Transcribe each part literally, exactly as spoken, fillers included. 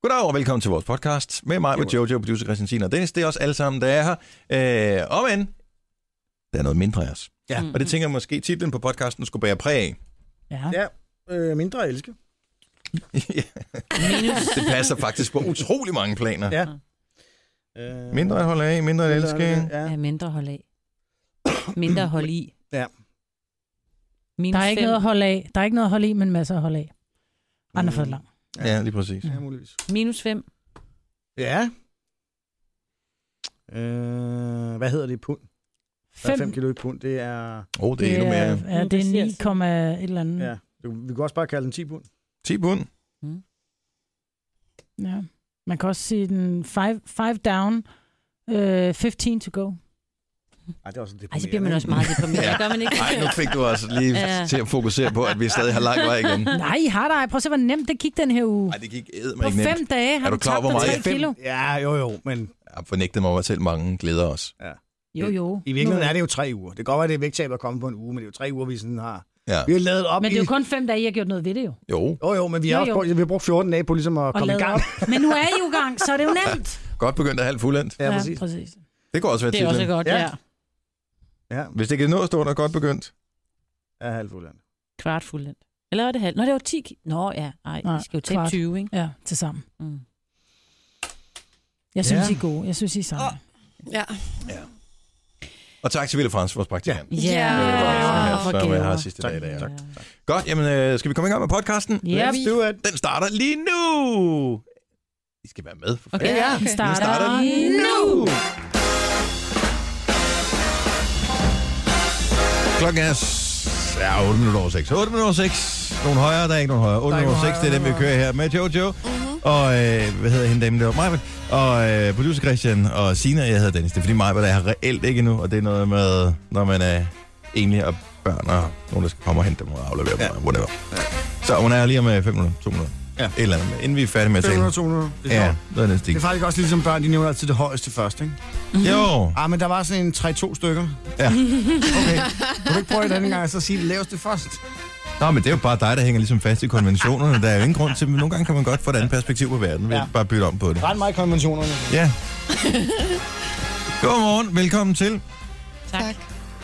Goddag og velkommen til vores podcast med mig, med Jojo, producer Christian Sina og Dennis. Det er også alle sammen, der er her. Øh, og men, der er noget mindre af os. Ja. Og det tænker jeg måske, titlen på podcasten skulle bære præg af. Ja, ja øh, mindre at elske. Ja. Det passer faktisk på utrolig mange planer. Ja. Øh, mindre at holde af, mindre at elske. Ja. ja, mindre at holde af. Mindre at holde i. Ja. Minus der er ikke fem. Noget at holde af. Der er ikke noget at holde i, men masser at holde af. Andre mm. for lang. Ja, ja, lige præcis. Ja, muligvis. Minus fem. Ja. Øh, hvad hedder det i pund? fem. fem kilo i pund, det er... Åh, oh, det er endnu mere. Ja, det er ni komma et eller andet. Ja, vi kan også bare kalde den ti pund. ti pund? Mm. Ja. Man kan også sige den five down, uh, fifteen to go. Ej, det er også Ej, så bliver man også meget deprimeret. Ja. Gør man ikke? Ej, nu fik du også lige ja. til at fokusere på, at vi stadig har lang vej igen. Nej, I har dig. Prøv at se, hvor nemt det gik den her uge. Nej, det gik eddermame ikke nemt. På fem dage har du tabt dig tre kilo. Ja, jo jo, men... Jeg har fornægtet mig over selv mange glæder også. Ja. Jo, jo. I virkeligheden er det jo tre uger. Det kan godt være, det er vægttab at komme på en uge, men det er jo tre uger, vi sådan har... Ja. Vi har lavet op men det er jo kun fem dage, I har gjort noget ved det jo. Jo. Jo, jo, men vi har, jo, jo. Brugt, vi har brugt fjorten dage på ligesom at og komme i gang. Men nu er I jo i gang, så er det jo nemt. Ja. Godt begyndt at halv fuldendt. Ja, præcis. Ja, præcis. Det går også være det er også godt, ja. ja. Ja. Hvis det kan nå at stå, der er godt begyndt. Ja, halv fuldendt. Kvart fuldendt. Eller er det halv? Nå, det var ti. Nå, ja. Ej, Nå, vi skal jo tage tyve, ikke? Ja, til sammen. Mm. Jeg synes, ja. I er gode. Jeg synes, I er sammen. Oh. Ja. Ja. Og tak til Ville Frans, vores praktikant. Ja. Ja. Som jeg har sidste dag i dag. Tak. Tak. Godt, jamen øh, skal vi komme i gang med podcasten? Ja, Let's do it. Den starter lige nu. I skal være med. For okay, okay. Ja. Den starter, Den starter lige nu. Klokken er ja, otte minutter over seks. otte minutter over seks. Nogle højere, der er ikke nogen højere. otte minutter over seks, det er dem, vi kører her med Jojo. Mm-hmm. Og øh, hvad hedder hende dame der? Majbert. Og øh, producer Christian og Sina, jeg hedder Dennis. Det er fordi Majbert er her reelt ikke endnu, og det er noget med, når man er enlig og børn, og nogen, der skal komme og hente dem og aflevere dem, ja. whatever. Ja. Så hun er lige om fem minutter, to minutter. Ja. Et eller andet, inden vi er færdige med at tale. fem minutter, to minutter. Det er, ja, det er den stik. Det er faktisk også ligesom børn, de nævner altid det højeste først, ikke? Mm-hmm. Jo. Ah, men der var sådan en tre-to stykker. Ja. Okay. Kan du ikke prøve det anden gang, og så sige det laveste først? Nå, men det er jo bare dig, der hænger ligesom fast i konventionerne. Der er jo ingen grund til, men nogle gange kan man godt få et andet perspektiv på verden. Vi ja. bare bytte om på det. Ret meget konventionerne. Ja. Godmorgen, velkommen til. Tak.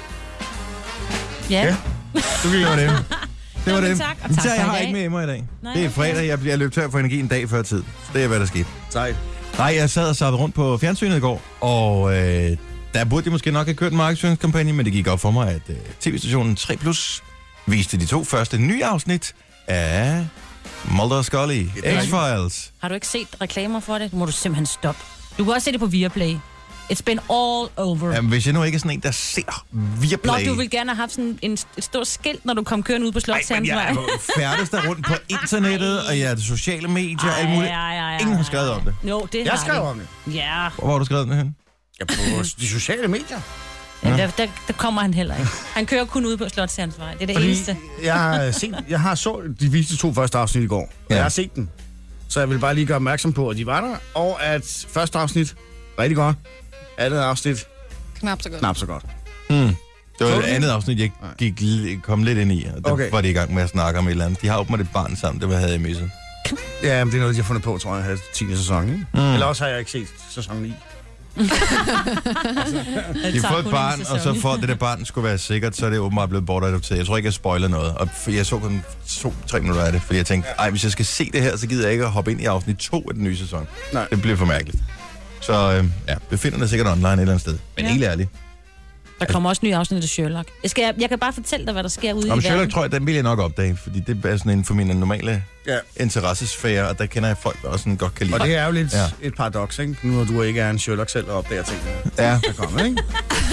Ja. ja. Du kan gøre det. Det var Nå, det. Tak, og tak så jeg har dag. ikke med Emma i dag. Nej, det er fredag, jeg bliver løbet tør for energi en dag før tid. Så det er, hvad der skete. Sejt. Nej, jeg sad og sappede rundt på fjernsynet i går, og øh, der burde de måske nok have kørt en markedsføringskampagne, men det gik op for mig, at øh, tv-stationen tre plus viste de to første nye afsnit af Mulder og Scully, X-Files. Har du ikke set reklamer for det? Nu må du simpelthen stoppe. Du kan også se det på Viaplay. It's been all over. Jamen, hvis jeg nu ikke er sådan en, der ser Viaplay... Nå, du vil gerne have haft sådan en, et stort skilt, når du kom kørende ud på Slotsherrensvej. Nej, men jeg færdes der rundt på internettet, og ja, det sociale medier, alt muligt. Ja, ja, ja, Ingen har skrevet om det. Jo, det jeg har skrev om det. Ja. Hvor har du skrevet det hen? Ja, på de sociale medier. Ja, der, der, der kommer han heller ikke. Han kører kun ud på Slotsherrensvej. Det er det Fordi eneste. Jeg har, set, jeg har så de viste to første afsnit i går, og ja. jeg har set den. Så jeg vil bare lige gøre opmærksom på, at de var der, og at første afsnit, rigtig godt. Andet afsnit, knap så godt. Knap så godt. Mm. Det var det andet afsnit, jeg gik, kom lidt ind i, og der okay. var de i gang med at snakke om et eller andet. De har åbenbart et barn sammen, det var, havde jeg misset. Ja, men det er noget, de har fundet på, tror jeg, at have tiende sæson, ikke? Mm. Eller også har jeg ikke set sæson ni. De har fået et barn, og så for at det der barn skulle være sikkert, så er det åbenbart blevet bortadopteret. Jeg tror ikke, jeg spoiler noget, og jeg så kun to-tre minutter af det, fordi jeg tænkte, ej, hvis jeg skal se det her, så gider jeg ikke at hoppe ind i afsnit to af den nye sæson. Nej. Det bliver for mærkeligt. Så øh, ja, det finder det sikkert online et eller andet sted. Men ja. Helt ærligt. Der kommer også nye afsnit af Sherlock. Jeg, skal, jeg kan bare fortælle dig, hvad der sker ude i verden. Sherlock tror jeg, den vil jeg nok opdage, fordi det er sådan en for mine normale ja. interessesfære, og der kender jeg folk, der også sådan godt kan lide. Og det er jo lidt ja. et paradoks, ikke? Nu når du ikke er en Sherlock selv og opdager ting, ja. der kommer, ikke?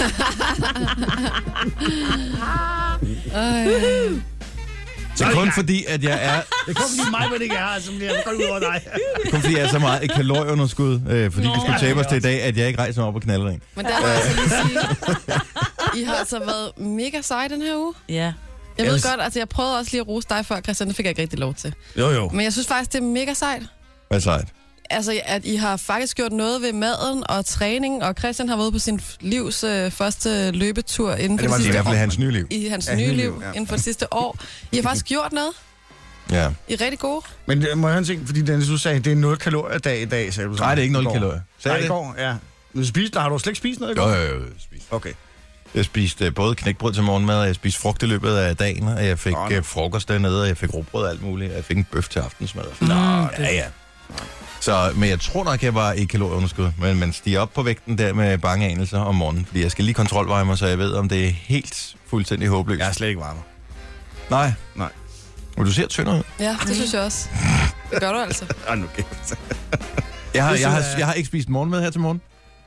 Det er kun fordi, at jeg er... Det er kun fordi mig, men ikke er her, som bliver godt ud over dig. Det er kun fordi, jeg er så meget et kalorieunderskud, øh, fordi Nå, vi skulle tabe os til i dag, at jeg ikke rejser mig op på knaldring. Men der må jeg altså lige sige, I har altså været mega seje den her uge. Ja. Jeg ved godt, altså jeg prøvede også lige at rose dig før, Christian, det fik jeg ikke rigtig lov til. Jo, jo. Men jeg synes faktisk, det er mega sejt. Hvad er sejt? Altså, at I har faktisk gjort noget ved maden og træning, og Christian har været på sin livs øh, første løbetur inden ja, for det, det sidste i hvert fald år. hans nye liv. I hans ja, nye liv, ja. Inden for det sidste år. I har faktisk gjort noget. Ja. I er rigtig gode. Men det, må jeg høre en ting, fordi Dennis, du sagde, det er nul kalorier dag i dag, sagde du. Nej, det er ikke nul kalorier. Nej, i går, ja. Men spiste, har du slet ikke spist noget i Jo, går? jo, jo. Spist. Okay. Jeg spiste uh, både knækbrød til morgenmad, og jeg spiste frugt i løbet af dagen, og jeg fik Nå, uh, frokost dernede, og jeg fik rugbrød og alt muligt, og jeg fik en bøf til aftensmad. Nå, Ja, ja. Så, men jeg tror nok, jeg var i kalorieunderskud. Men man stiger op på vægten der med bange anelser om morgenen, fordi jeg skal lige kontrolveje mig, så jeg ved, om det er helt fuldstændig håbløst. jeg er slet ikke varm. Nej. Nej. Men du ser tyndere ud. Ja, det synes jeg også. Det gør du altså. Ah, nu okay. Jeg har, Det jeg, har, synes jeg- jeg har ikke spist morgenmad her til morgen.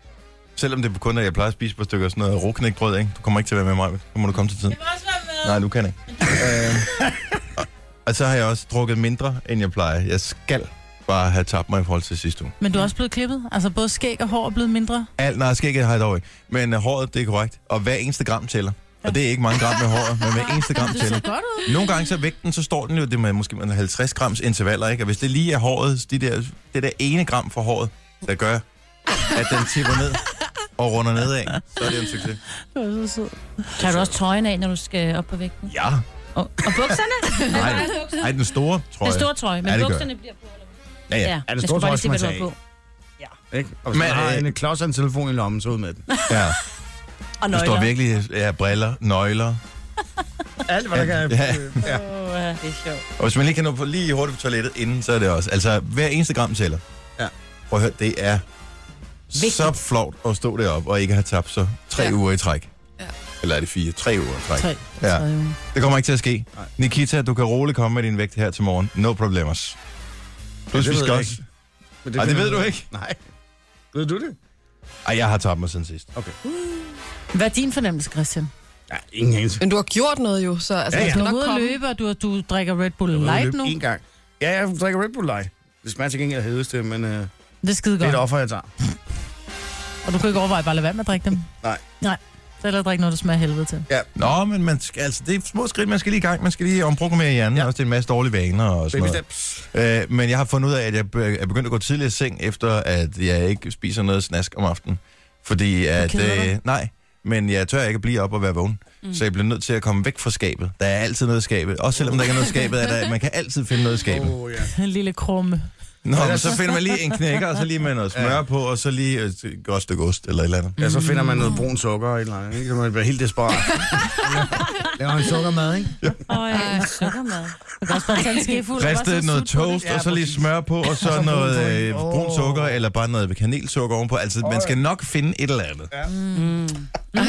Selvom det kun er, jeg plejer at spise på stykker sådan noget råknækbrød, ikke? Du kommer ikke til at være med mig, så må du komme til tiden. Jeg vil også være med. Nej, du kan ikke. øhm, og, og så har jeg også drukket mindre, end jeg plejer. Jeg skal bare have tabt mig i forhold til sidste uge. Men du er også blevet klippet? Altså både skæg og hår er blevet mindre? Alt, nej, skægget har jeg dog ikke. Men uh, håret, det er korrekt. Og hver eneste gram tæller. Ja. Og det er ikke mange gram med håret, men hver eneste gram Det tæller. ser godt ud. Nogle gange så vægten, så står den jo det med måske med halvtreds grams intervaller, ikke? Og hvis det lige er håret, de der, det der ene gram for håret, der gør, at den tipper ned og runder nedad, så er det en succes. Det er så sød. Tager du også trøjen af, når du skal op på vægten? Ja. Og, og bukserne? Nej, nej, den store, tror Den jeg. store trøje, men Ja, det gør bukserne bliver på. Eller? Ja, ja. Ja, den jeg store skulle bare trøje lige skal se, man hvad du tage har af. Ikke? Og hvis Men, man har øh, en klods af en telefon i lommen, så ud med den. ja. Og Der står nøgler. virkelig ja, briller, nøgler. Alt, hvad der kan... Ja. Ja. Åh, ja, det er sjovt. Og hvis man lige kan nå på, lige hurtigt på toilettet inden, så er det også. Altså, hver eneste gram tæller. Ja. Prøv at høre, det er Vigtigt. så flot at stå deroppe og ikke have tabt sig tre Ja. uger i træk. Ja. Eller er det fire? Tre uger i træk. Tre. Ja. Tre uger. Det kommer ikke til at ske. Nej. Nikita, du kan roligt komme med din vægt her til morgen. No problemers. Plus, det vi ved skal jeg også... ikke. Men Ej, det finder ved vi du ud af. ikke. Nej. Ved du det? Ej, jeg har tabt mig siden sidst. Okay. Hvad er din fornemmelse, Christian? Ja, ingen anelse. Men du har gjort noget jo, så altså, Ja, ja, ja. ja. Du skal er nok ude at komme. løbe, og du, du drikker Red Bull Jeg Light løb nu. en gang. Ja, jeg drikker Red Bull Light. Det smager til gengæld af hedeste, men øh, det Det er skide er godt. et offer, jeg tager. Og du kan ikke overveje bare at lade være med at drikke dem? Nej. Nej. Så eller drikke noget, der smager helvede til. Nå, men man skal, altså, det er små skridt, man skal lige i gang. Man skal lige omprogrammere hjernen. Ja. Ja. Også det er en masse dårlige vaner og sådan Baby noget. steps. Øh, men jeg har fundet ud af, at jeg be- er begyndt at gå tidligere i seng, efter at jeg ikke spiser noget snask om aftenen. Fordi at... keder dig? Øh, nej, men jeg tør ikke at blive op og være vågen. Mm. Så jeg bliver nødt til at komme væk fra skabet. Der er altid noget i skabet. Også selvom der ikke er noget i skabet, er der, man kan altid finde noget i skabet. Åh, ja. En lille krumme. Nå, men så finder man lige en knækker, og så lige med noget smør på, og så lige et godt stykke ost eller et eller andet. Ja, så finder man noget brun sukker og et eller andet. Ikke? Så man bliver helt desperat. Laver en sukkermad, ikke? Åh, ja, en sukkermad. Du kan også bare tage en skefuld. og bare Riste sidde noget og sutte på det. toast, og så lige smør på, og så noget øh, brun sukker, eller bare noget kanelsukker ovenpå. Altså, man skal nok finde et eller andet. Ej.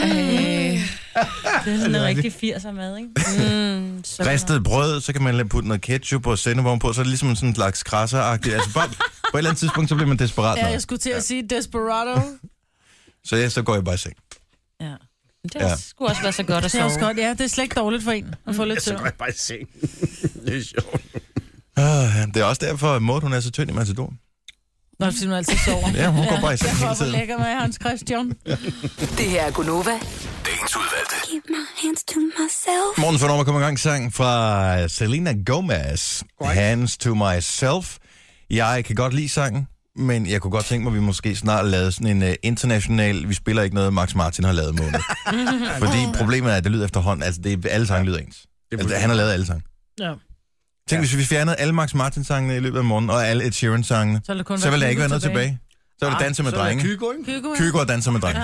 Det er sådan en rigtig firser mad, ikke? Mm, sukkermad. Ristet brød, så kan man putte noget ketchup og sennep på, så er det ligesom sådan en slags krasseragtigt. Altså bare, på et eller andet tidspunkt, så bliver man desperat Ja, nok. jeg skulle til at sige Desperado. Så, ja, så går jeg bare i seng. Ja. Men det Ja. ja. skulle også være så godt at Det er sove. også godt, ja. Det er slet ikke dårligt for en at få lidt Så søvn. går jeg bare i seng. Det er sjovt. Ah, det er også derfor, at Maud, hun er så tynd i Matador. Nå, fordi hun altid sover. Ja, hun går bare i seng Jeg hele får for tiden. lækker med Hans Christian. Det her er Gunova. Dagens udvalgte. Keep my hands to myself. Morgen for nummer kommer i gang sang fra Selena Gomez. Hands to myself. Jeg kan godt lide sangen, men jeg kunne godt tænke mig, at vi måske snart lavede sådan en uh, international, vi spiller ikke noget, Max Martin har lavet måned. Fordi problemet er, at det lyder efterhånden, altså det er, alle sange lyder ens. Altså, han har lavet alle sange. Ja. Tænk, hvis vi fjernede alle Max Martin-sangene i løbet af morgenen, og alle Ed Sheeran-sangene, Så, kun så ville der ikke være noget tilbage. Så ville det danse med Så er drenge. det Kygo, ikke? Kygo, ja. Kygo og danser med drenge.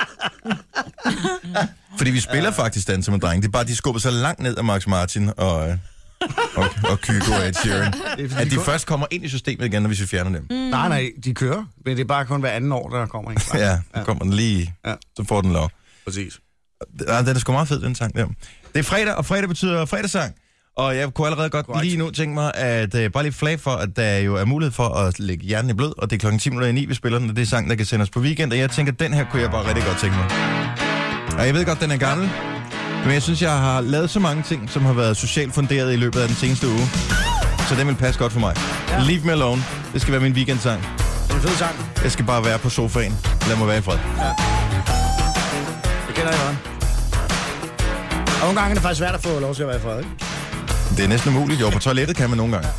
Fordi vi spiller faktisk danser med drenge. Det er bare, de skubber så langt ned af Max Martin og, øh, og, og Kygo og Ed Sheeran. Det er, fordi At de kun- først kommer ind i systemet igen, hvis vi fjerner dem. Mm. Nej, nej, de kører. Men det er bare kun hver anden år, der kommer en. Ja, så kommer den lige, Ja. så får den lov. Præcis. Ja, den er sgu meget fed, den sang der. Det er fredag, og fredag betyder fredagssang. Og jeg kunne allerede godt Correct. lige nu tænke mig, at uh, bare lige flag for, at der jo er mulighed for at lægge hjernen i blød, og det er klokken ti minutter i ni, vi spiller den, og det er sang, der kan sendes på weekend, og jeg tænker, den her kunne jeg bare rigtig godt tænke mig. Og jeg ved godt, den er gammel, men jeg synes, jeg har lavet så mange ting, som har været socialt funderet i løbet af den seneste uge, så den vil passe godt for mig. Ja. Leave me alone. Det skal være min weekendsang. Det er en fed sang. Jeg skal bare være på sofaen. Lad mig være i fred. Det kender jeg godt. Og nogle gange er det faktisk svært at få lov til at være i fred, ikke? Det er næsten umuligt. Jo, på toilettet kan man nogle gange.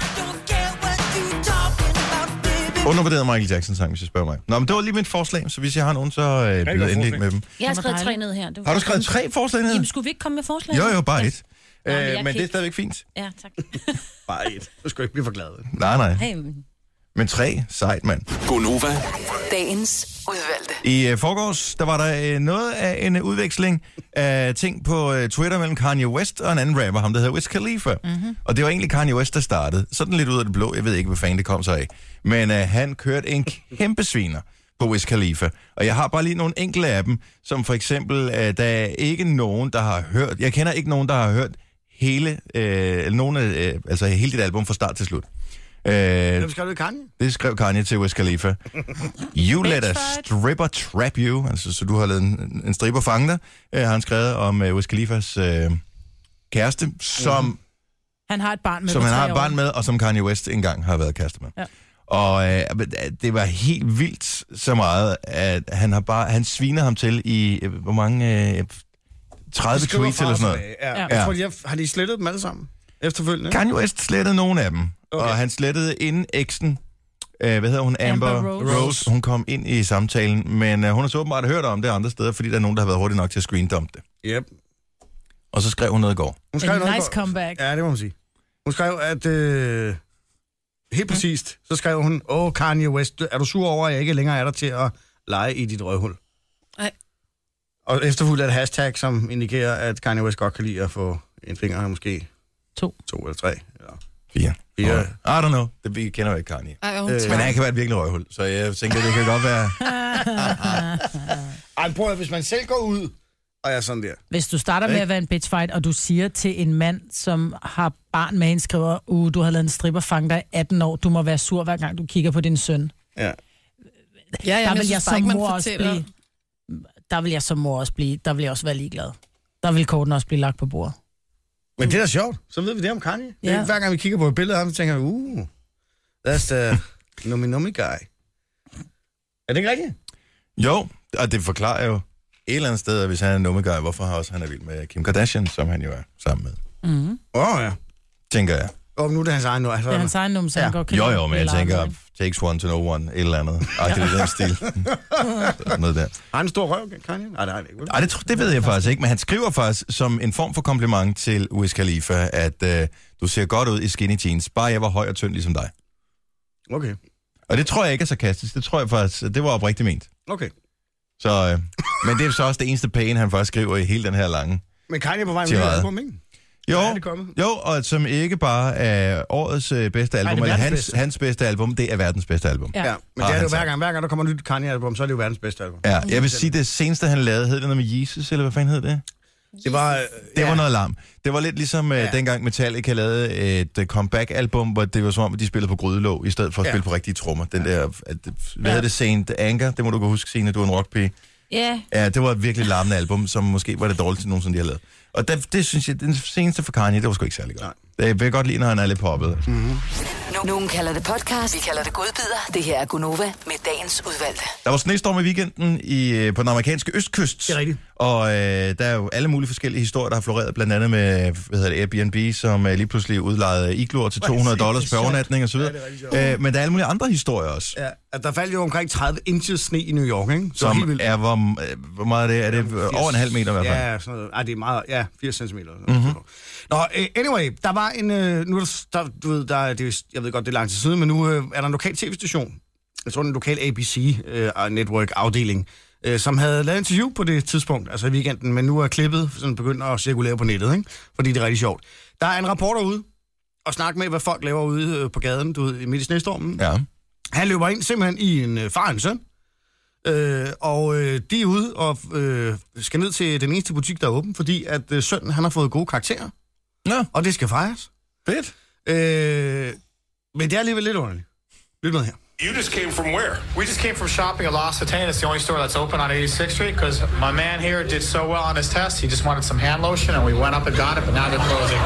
Undervurderet Michael Jackson-sang, hvis jeg spørger mig. Nå, men det var lige mit forslag, så hvis jeg har nogen, så øh, godt bliver endelig forslag. med dem. Jeg har Det var skrevet tre dejligt. ned her. Det var Har du skrevet tre forslag ned? Jamen, skulle vi ikke komme med forslag? Jo, jo, bare et. men jeg Øh, kan men det er ikke- stadigvæk fint. Ja, tak. Bare et. Du skal ikke blive for glad. Nej, nej. Hey, men- Men tre, sejt mand. Gonova. Dagens udvalgte. I uh, forgårs, der var der uh, noget af en uh, udveksling af ting på uh, Twitter mellem Kanye West og en anden rapper, ham der hedder Wiz Khalifa. Mm-hmm. Og det var egentlig Kanye West, der startede. Sådan lidt ud af det blå. Jeg ved ikke, hvad fanden det kom sig af. Men uh, han kørte en kæmpe sviner på Wiz Khalifa. Og jeg har bare lige nogle enkelte af dem, som for eksempel, uh, der er ikke nogen, der har hørt... Jeg kender ikke nogen, der har hørt hele, øh, nogen af, øh, altså hele dit album fra start til slut. Øh, Hvem skrev det, Kanye? det skrev Kanye til Wiz Khalifa. You let a stripper trap you. Altså, så du har lavet en, en stripper fange dig. Øh, har han skrevet om uh, Wiz Khalifas øh, kæreste, som, mm. Han har et barn med som på han tre har et år. barn med, og som Kanye West engang har været kæreste med. Ja. Og øh, det var helt vildt så meget, at han har bare han sviner ham til i øh, hvor mange øh, tredive De skriver tweets fra eller og sådan noget. tilbage. Ja. Ja. Jeg tror, de har, har de slettet dem alle sammen? Efterfølgende? Kanye West slettede nogle af dem, okay. Okay. Og han slettede inden eksen, øh, hvad hedder hun, Amber, Amber Rose. Rose. Rose, hun kom ind i samtalen, men øh, hun har så åbenbart hørt om det andre steder, fordi der er nogen, der har været hurtigt nok til at screendump det. Yep. Og så skrev hun noget i går. Hun En noget nice på- comeback. Ja, det må man sige. Hun skrev, at... Øh, helt præcist, så skrev hun, åh, Kanye West, er du sur over, at jeg ikke længere er der til at lege i dit røvhul? Nej. Og efterfulgt af et hashtag, som indikerer, at Kanye West godt kan lide at få en finger, måske To. to eller tre. Eller Fire. fire. I don't know. Det vi kender jo ikke Kanye. Ej, hun Øh, øh, Men han kan være et virkelig røvhul, så jeg tænker, det kan godt være... Ej, prøv at, hvis man selv går ud, og jeg er sådan der. Hvis du starter med at være en bitchfight, og du siger til en mand, som har barn med en, skriver, uh, du har lavet en stripper fange dig i atten år, du må være sur, hver gang du kigger på din søn. Ja. Ja, ja, Der men vil jeg jeg synes bare som ikke, man mor også fortæller. blive... Der vil jeg som mor også blive... Der vil jeg også være ligeglad. Der vil korten også blive lagt på bordet. Men det er da sjovt. Så ved vi det om Kanye. Ja. Ja. Hver gang vi kigger på et billede af ham, så tænker vi, uh, that's the nummy nummy guy. Er det ikke rigtigt? Jo, og det forklarer jo et eller andet sted, at hvis han er en nummergej, hvorfor har også han er vild med Kim Kardashian, som han jo er sammen med. Mm-hmm. Åh, oh, ja. Tænker jeg. Og nu er det hans egen nu. Altså, Det er hans egen nummer, så Ja. han godt kan Jo, lide jo, men jeg eller tænker, andet. takes one to know one, et eller andet. Agtigt i den stil. Sådan noget der. Har han en stor røv, Kanye? Nej, det har han ikke. vel? Ej, det, tro- det ved jeg faktisk ikke, men han skriver faktisk som en form for kompliment til Wiz Khalifa, at øh, du ser godt ud i skinny jeans, bare jeg var høj og tynd ligesom dig. Okay. Og det tror jeg ikke er sarkastisk, det tror jeg faktisk, det var oprigtigt ment. Okay. Så, øh, men det er så også det eneste pæne, han faktisk skriver i hele den her lange. Men Kanye er på vej med Tirade. et album, ikke? Jo, Ja, er det kommet? jo, og som ikke bare er årets øh, bedste album, det er eller verdens hans, bedste. hans bedste album, det er verdens bedste album. Ja. Ja. Men Har det er han det jo sagt. hver gang. Hver gang der kommer et nyt Kanye-album, så er det jo verdens bedste album. Ja, jeg vil sige, det seneste, han lavede, hed det noget med Jesus, eller hvad fanden hed det? Det var... Øh, Det ja. var noget larm. Det var lidt ligesom ja. Ja. uh, dengang Metallica lavede et uh, comeback-album, hvor det var som om, at de spillede på grydelåg, i stedet for at Ja. spille på rigtige trommer. Den der, at, hvad Ja. hedder det, Saint Anger, det må du godt huske, Signe, du er en rockpige. Ja, Ja, det var et virkelig larmende album, som måske var det dårligste nogensinde, de har lavet. Og det, det synes jeg, den seneste for Kanye, det var sgu ikke særlig godt. Nej. Det vil jeg godt lide, når han er lidt poppet. Mm. Nogen kalder det podcast, vi kalder det godbider. Det her er Gonova med dagens udvalgte. Der var snestorm i weekenden i, øh, på den amerikanske østkyst. Det er rigtigt. Og øh, der er jo alle mulige forskellige historier, der har floreret, blandt andet med hvad hedder det, Airbnb, som øh, lige pludselig udlejede igloer til to hundrede dollars per overnatning osv. Ja, det er rigtig sjovt. Øh, men der er alle mulige andre historier også. Ja, at der faldt jo omkring tredive inches sne i New York, ikke? Så helt Som vildt. er, hvor, øh, hvor meget er det? Er det øh, over en halv meter i hvert fald? Ja, sådan noget. Ej, det er meget... Ja, firs centimeter. Mm-hmm. Nå, uh, anyway, der var en... Uh, nu er der, der, du ved, der, er- det, er- jeg ved godt, det er lang tid siden, men nu uh, er der en lokal tv-station. Jeg tror, en lokal A B C-network-afdeling, uh, uh, som havde lavet interview på det tidspunkt, altså i weekenden, men nu er klippet sådan begyndt at cirkulere på nettet, ikke? Fordi det er rigtig sjovt. Der er en reporter ude og snakke med, hvad folk laver ude uh, på gaden, du ved, midt i snestormen. Ja. Han løber ind simpelthen i en øh, far og en søn. Øh, og øh, de er ude og øh, skal ned til den eneste butik, der er åben, fordi at øh, sønnen han har fået gode karakterer, Nå, og det skal fejres. fedt. Øh, men det er alligevel lidt underligt. Lyt med her. You just came from where? We just came from shopping at L'Occitane. It's the only store that's open on eighty-sixth Street because my man here did so well on his test. He just wanted some hand lotion, and we went up and got it, but now they're closing.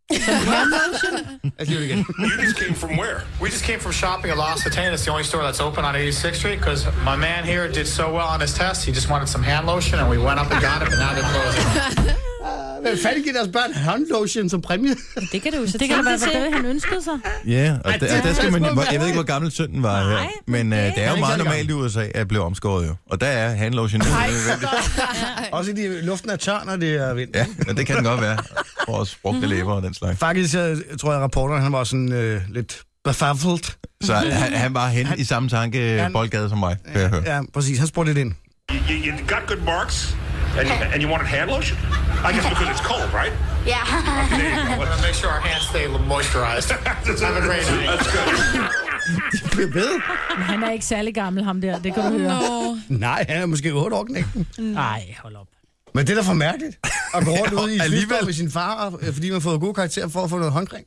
Jeg siger det igen. You just came from where? We just came from shopping at L'Occitane. It's the only store that's open on eighty-sixth Street because my man here did so well on his test. He just wanted some hand lotion, and we went up and got it, but now they're closing. Hvem fanden giver deres børn handlotion som præmie? det kan du jo så Det kan da være, tænke hvad det, han ønskede sig. Ja, og, Ej, der, det og der skal er man, sgu jeg ved ikke, hvor gammel sønnen var Nej, her, men øh, okay. det er jo ikke meget særlig normalt i U S A at blive omskåret jo. Og der er handlotion. Også i de, luften er tør, når det er vind. Ja, og det kan det godt være. Og også brugte læber og den slags. Faktisk, jeg tror jeg, rapporteren, han var sådan øh, lidt befaffelt. Så han, han var hen i samme tanke boldgade som mig, kan jeg høre. Ja, præcis. Han spurgte lidt ind. You, you got good marks, and you, and you wanted hand lotion? I guess because it's cold, right? Yeah. Okay, there you go. I want to make sure our hands stay moisturized. Have a great night. That's good. De bliver ved. Men han er ikke særlig gammel, ham der. Det kan du høre. Nå. Nej, han er måske otte år knægten. Nej, hold op. Men det er da for mærkeligt. At gå rundt ud i alligevel. slutspil med sin far, fordi man har fået gode karakterer for at få noget håndcreme.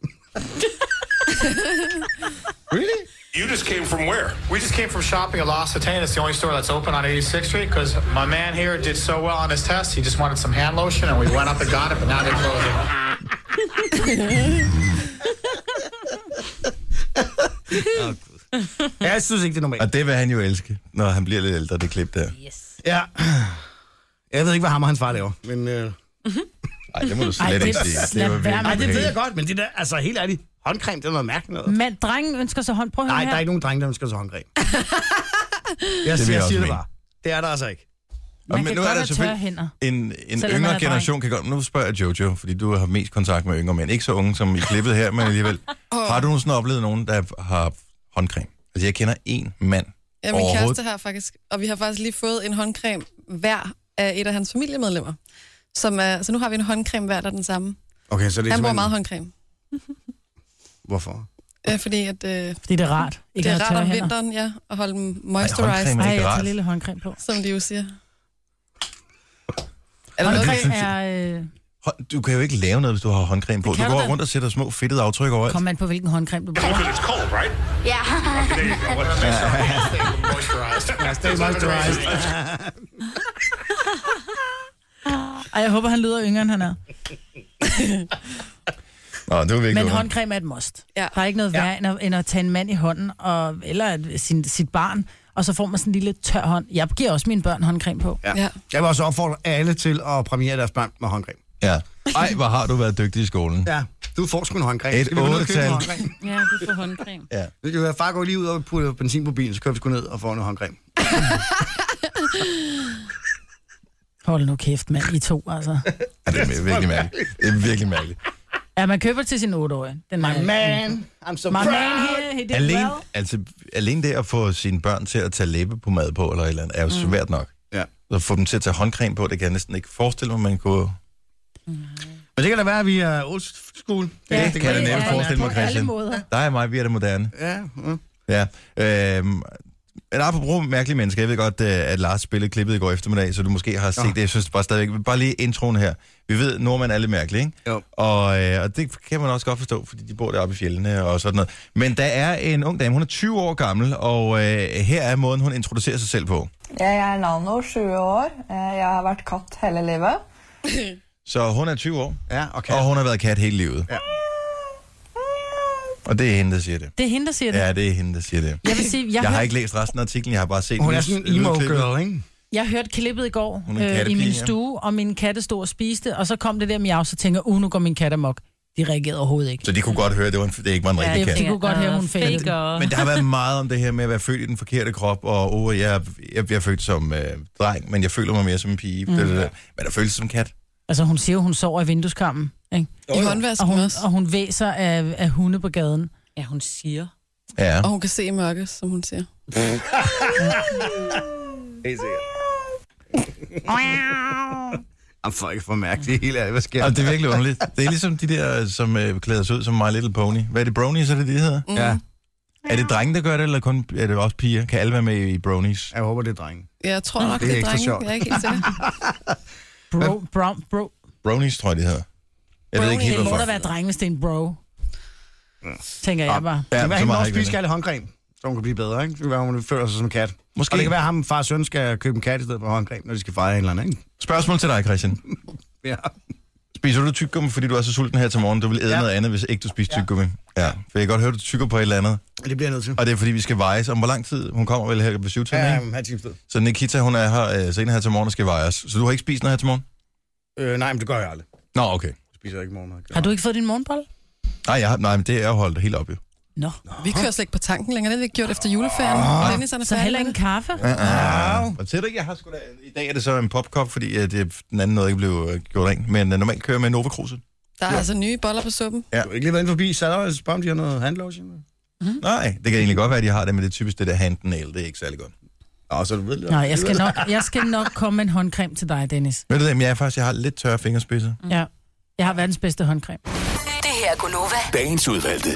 Really? You just came from where? We just came from shopping at Los Satanas, the only store that's open on eighty-sixth Street, because my man here did so well on his test. He just wanted some hand lotion, and we went up and got it, but now they're closing. Oh, jeg synes ikke, det er normalt. Og det vil han jo elske, når han bliver lidt ældre, det klip der. Yes. Ja. Jeg ved ikke, hvad ham og hans far laver, men... Øh... Nej, det må du slet Ej, det- ikke sige. lad var være virkelig med Nej, det ved jeg ubehageligt. godt, men det der, altså helt ærligt, håndcreme, det er noget mærkeligt noget. Men drengen ønsker sig hånd. Prøv at høre Nej, her. der er ikke nogen drenge, der ønsker så håndcreme. jeg Det vil jeg jeg siger også det mene. bare. Det er der altså ikke. Man Men kan nu godt er der have tørre selvfølgelig hænder. en, en Selvom man yngre er generation kan godt... Nu spørger jeg Jojo, fordi du har mest kontakt med yngre mænd. Ikke så unge som i klippet her, men alligevel. Har du nogensinde oplevet nogen, der har håndcreme? Altså, jeg kender en mand Ja, min overhovedet. kæreste har faktisk, og vi har faktisk lige fået en håndcreme hver af et af hans familiemedlemmer. Som er, så nu har vi en håndcreme hver, der er den samme. Okay, så det er Han bruger simpelthen- meget håndcreme. Hvorfor? Ja, fordi at, øh, Fordi det er rart. Ikke det at er have rart tørre om hænder. vinteren, ja, at holde dem håndcreme moisturized, er Nej, ikke jeg rart. tager lille håndcreme på. som de jo siger. Er der noget, Håndcreme synes jeg- er... Øh, Hånd- Du kan jo ikke lave noget, hvis du har håndcreme på. Det Du kan går du da. rundt og sætter små fedtede aftryk overalt. kom an på, hvilken håndcreme du bruger. Because it's cold, right? Yeah. Okay, there you go. I want to make sure our hands stay moisturized. Ja, stay moisturized. Ej, jeg håber, han lyder yngre, end han er. Nå, det var virkelig Men under. håndcreme er et must. Ja. Der er ikke noget Ja. værre, end at, end at tage en mand i hånden, og, eller at sin, sit barn, og så får man sådan en lille tør hånd. Jeg giver også mine børn håndcreme på. Ja. Ja. Jeg vil også opfordre alle til at premiere deres børn med håndcreme. Ja. Ej, hvor har du været dygtig i skolen. Ja, du får sgu en håndcreme. Et Skal vi gå ned og købe otte-tal. en håndcreme? Ja, du får håndcreme. Ja. Det kan være, far går lige ud og putter benzin på bilen, så kører vi sgu ned og får en håndcreme. Hold nu kæft, mand, I to, altså. Ja, det er virkelig mærkeligt. Det er virkelig mærkeligt. Ja, man køber til sin otteårige. Den er, Man, I'm so My proud. man here, he did Alene, well. altså, alene det at få sine børn til at tage læbepomade på, eller et eller andet, er jo svært nok. Ja. Så få dem til at tage håndcreme på, det kan jeg næsten ikke forestille mig, man kunne... Men det kan da være, at vi er old school. Det kan jeg da det nemt er forestille mig, på alle Christian. måder. Der er mig, vi er det moderne. Ja, ja. Ja. Øhm, men apropos mærkelige mennesker, jeg ved godt, øh, at Lars spillede klippet i går eftermiddag, så du måske har set Nå. det. Jeg synes bare stadigvæk, bare lige introen her. Vi ved, at nordmænd er lidt mærkelige, ikke? Jo. Og, øh, og det kan man også godt forstå, fordi de bor deroppe i fjellene og sådan noget. Men der er en ung dame, hun er tyve år gammel, og øh, her er måden, hun introducerer sig selv på. Jeg er Nano, syv år. Eh, Jeg har været katt hele livet. Så hun er tyve år, Ja, okay. og hun har været kat hele livet. Ja. Og det er hende, der siger det. Det er hende, der siger det. Ja, det er hende, der siger det. Jeg vil sige, jeg, Jeg har hørte, ikke læst resten af artiklen, jeg har bare set Hun er lyd- sådan en emo lydklippet. girl, ikke? jeg hørte klippet i går Hun er en øh, i kattepige, min ja. stue, og min katte stod og spiste, og så kom det der miau, så tænker jeg, uh, nu går min kat amok. De reagerede overhovedet ikke. Så de kunne godt høre, at det, var en, det ikke var en rigtig det- kat. de kunne godt høre, hun fældte den. faker. Men der har været meget om det her med at være født i den forkerte krop, og oh, jeg, jeg, jeg er født som øh, dreng, men jeg føler mig mere som en pige. Mm. Det, det, det. Men der føles som kat. Altså, hun siger jo, hun sover i vindueskarmen, ikke? I Og håndvasken hun, også. og hun væser af, af hunde på gaden. Ja, hun siger. Ja. Og hun kan se i mørke, som hun siger. Helt sikkert. I'm fucking for mærkeligt. Helt ærligt, hvad sker Og der? det er virkelig underligt. Det er ligesom de der, som øh, klæder sig ud som My Little Pony. Hvad er det, bronies, er det, de hedder? Ja, Er det drenge, der gør det, eller kun, er det også piger? Kan alle være med i bronies? jeg håber, det er drenge. Jeg tror nok, Det det er er, ekstra drenge. sjovt. Jeg er ikke helt sikker. Bro, bro, bro. Bronies, tror jeg, de hedder. Jeg ved ikke helt, Det må hvorfor. da være drenge, hvis det er en bro. Tænker jeg bare. Ja, Ja, det kan være, så hende meget har også jeg ikke spise alle håndcreme, så hun kan blive bedre, ikke? Det kan være, hun føler sig som en kat. Måske. Og det kan være, at ham far og søn skal købe en kat i stedet for håndcreme, når de skal fejre en eller anden, ikke? Spørgsmål til dig, Christian. Ja. Spiser du tyggegummi, fordi du er så sulten her til morgen? Du vil æde Ja. noget andet, hvis ikke du spiser tyggegummi. Ja, for jeg kan godt høre, du tykker på et eller andet. Det bliver jeg nødt til. Og det er, fordi vi skal vejes. Om hvor lang tid? Hun kommer vel her ved syv-tiden, Ja, ikke? ja, halv time sted. Så Nikita, hun er her øh, senere her til morgen og skal vejes. Så du har ikke spist noget her til morgen? Øh, nej, men det gør jeg aldrig. Nå, okay. Jeg spiser ikke morgenmad. Har du ikke fået din morgenbolle? Nej, jeg har, nej, men det er jeg holdt helt op, jo. Nå. Vi kører slet ikke på tanken længere. Det har vi ikke gjort efter juleferien. Dennis, han er Så færdig heller med ikke det. en kaffe? Ja. Og til det ikke, jeg har sgu da, i dag er det så en popkop, fordi uh, det, den anden noget ikke blev uh, gjort rent. Men uh, normalt kører jeg med Nova Cruise. Der er ja. altså nye boller på suppen. Ja. Du har ikke lige været inde forbi, så er der spørger, om de har noget handlotion. Mm-hmm. Nej, det kan egentlig godt være, at de har det, men det er typisk det der handnail, det er ikke særlig godt. Nå, så du ved det. Nej, jeg skal, nok, jeg skal nok komme med en håndcreme til dig, Dennis. Ved du det, men jeg er faktisk, jeg har lidt tørre fingerspidser. Mm. Ja, jeg har verdens bedste håndcreme. Det her er Gunova. Dagens udvalgte.